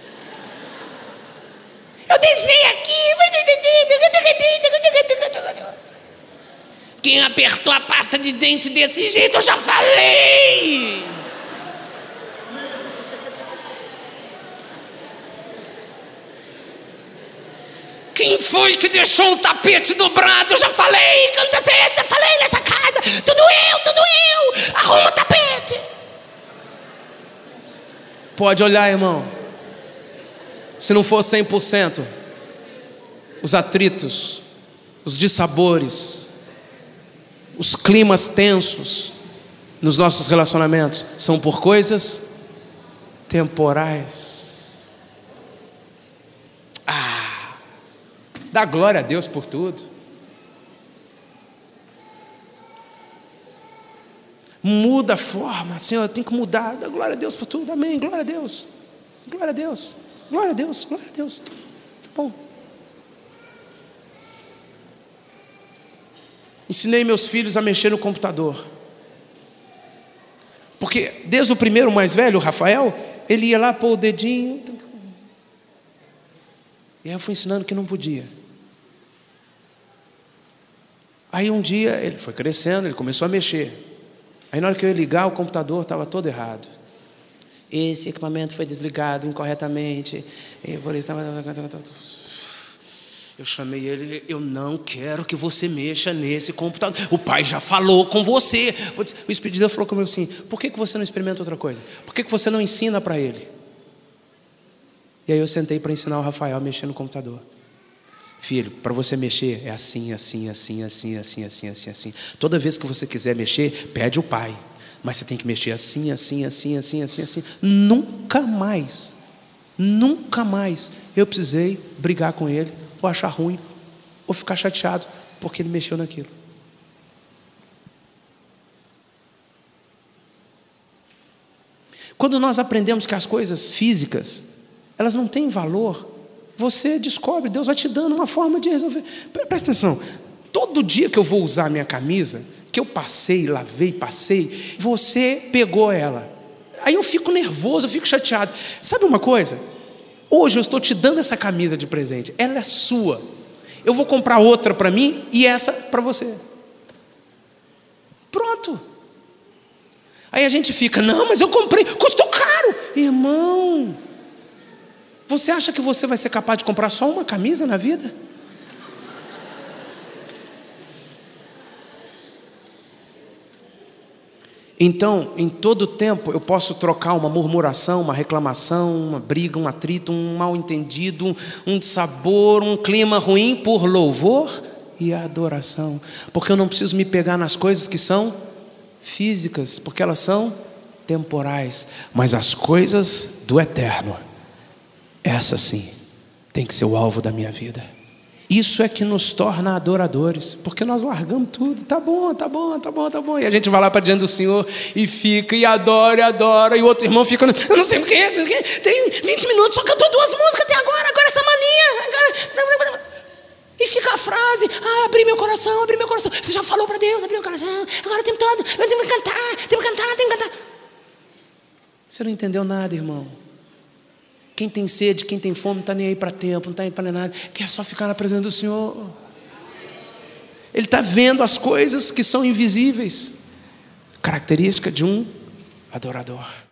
Eu deixei aqui. Quem apertou a pasta de dente desse jeito, eu já falei. Quem foi que deixou o tapete dobrado? Eu já falei, canta esse, já falei nessa casa. Tudo eu, tudo eu. Arruma o tapete. Pode olhar, irmão. Se não for cem por cento, os atritos, os dissabores, os climas tensos nos nossos relacionamentos são por coisas temporais. Ah! Dá glória a Deus por tudo. Muda a forma. Senhor, eu tenho que mudar. Dá glória a Deus por tudo. Amém. Glória a Deus. Glória a Deus. Glória a Deus. Glória a Deus. Tá bom. Ensinei meus filhos a mexer no computador. Porque desde o primeiro mais velho, o Rafael, ele ia lá pôr o dedinho. E aí eu fui ensinando que não podia. Aí um dia ele foi crescendo, ele começou a mexer. Aí na hora que eu ia ligar, o computador estava todo errado. Esse equipamento foi desligado incorretamente. Eu chamei ele, eu não quero que você mexa nesse computador. O pai já falou com você. O Espírito de Deus falou comigo assim: por que que você não experimenta outra coisa? Por que que você não ensina para ele? E aí eu sentei para ensinar o Rafael a mexer no computador. Filho, para você mexer é assim, assim, assim, assim, assim, assim, assim, assim. Toda vez que você quiser mexer, pede o pai. Mas você tem que mexer assim, assim, assim, assim, assim, assim. Nunca mais, nunca mais eu precisei brigar com ele, ou achar ruim, ou ficar chateado porque ele mexeu naquilo. Quando nós aprendemos que as coisas físicas, elas não têm valor, você descobre, Deus vai te dando uma forma de resolver. Presta atenção, todo dia que eu vou usar minha camisa, que eu passei, lavei, passei, você pegou ela. Aí eu fico nervoso, eu fico chateado. Sabe uma coisa? Hoje eu estou te dando essa camisa de presente, ela é sua. Eu vou comprar outra para mim e essa para você. Pronto. Aí a gente fica, não, mas eu comprei, custou caro. Irmão, você acha que você vai ser capaz de comprar só uma camisa na vida? Então, em todo tempo, eu posso trocar uma murmuração, uma reclamação, uma briga, um atrito, um mal-entendido, um, um dissabor, um clima ruim por louvor e adoração. Porque eu não preciso me pegar nas coisas que são físicas, porque elas são temporais. Mas as coisas do eterno, essa sim, tem que ser o alvo da minha vida. Isso é que nos torna adoradores, porque nós largamos tudo, tá bom, tá bom, tá bom, tá bom, e a gente vai lá para diante do Senhor e fica, e adora, e adora, e o outro irmão fica, eu não sei o que, tem vinte minutos, só cantou duas músicas até agora, agora essa mania, agora... e fica a frase, ah, abri meu coração, abri meu coração, você já falou para Deus, abri meu coração, agora o tempo todo, eu tenho que cantar, tenho que cantar, tenho que cantar. Você não entendeu nada, irmão. Quem tem sede, quem tem fome, não está nem aí para tempo, não está nem para nada, quer só ficar na presença do Senhor. Ele está vendo as coisas que são invisíveis. Característica de um adorador.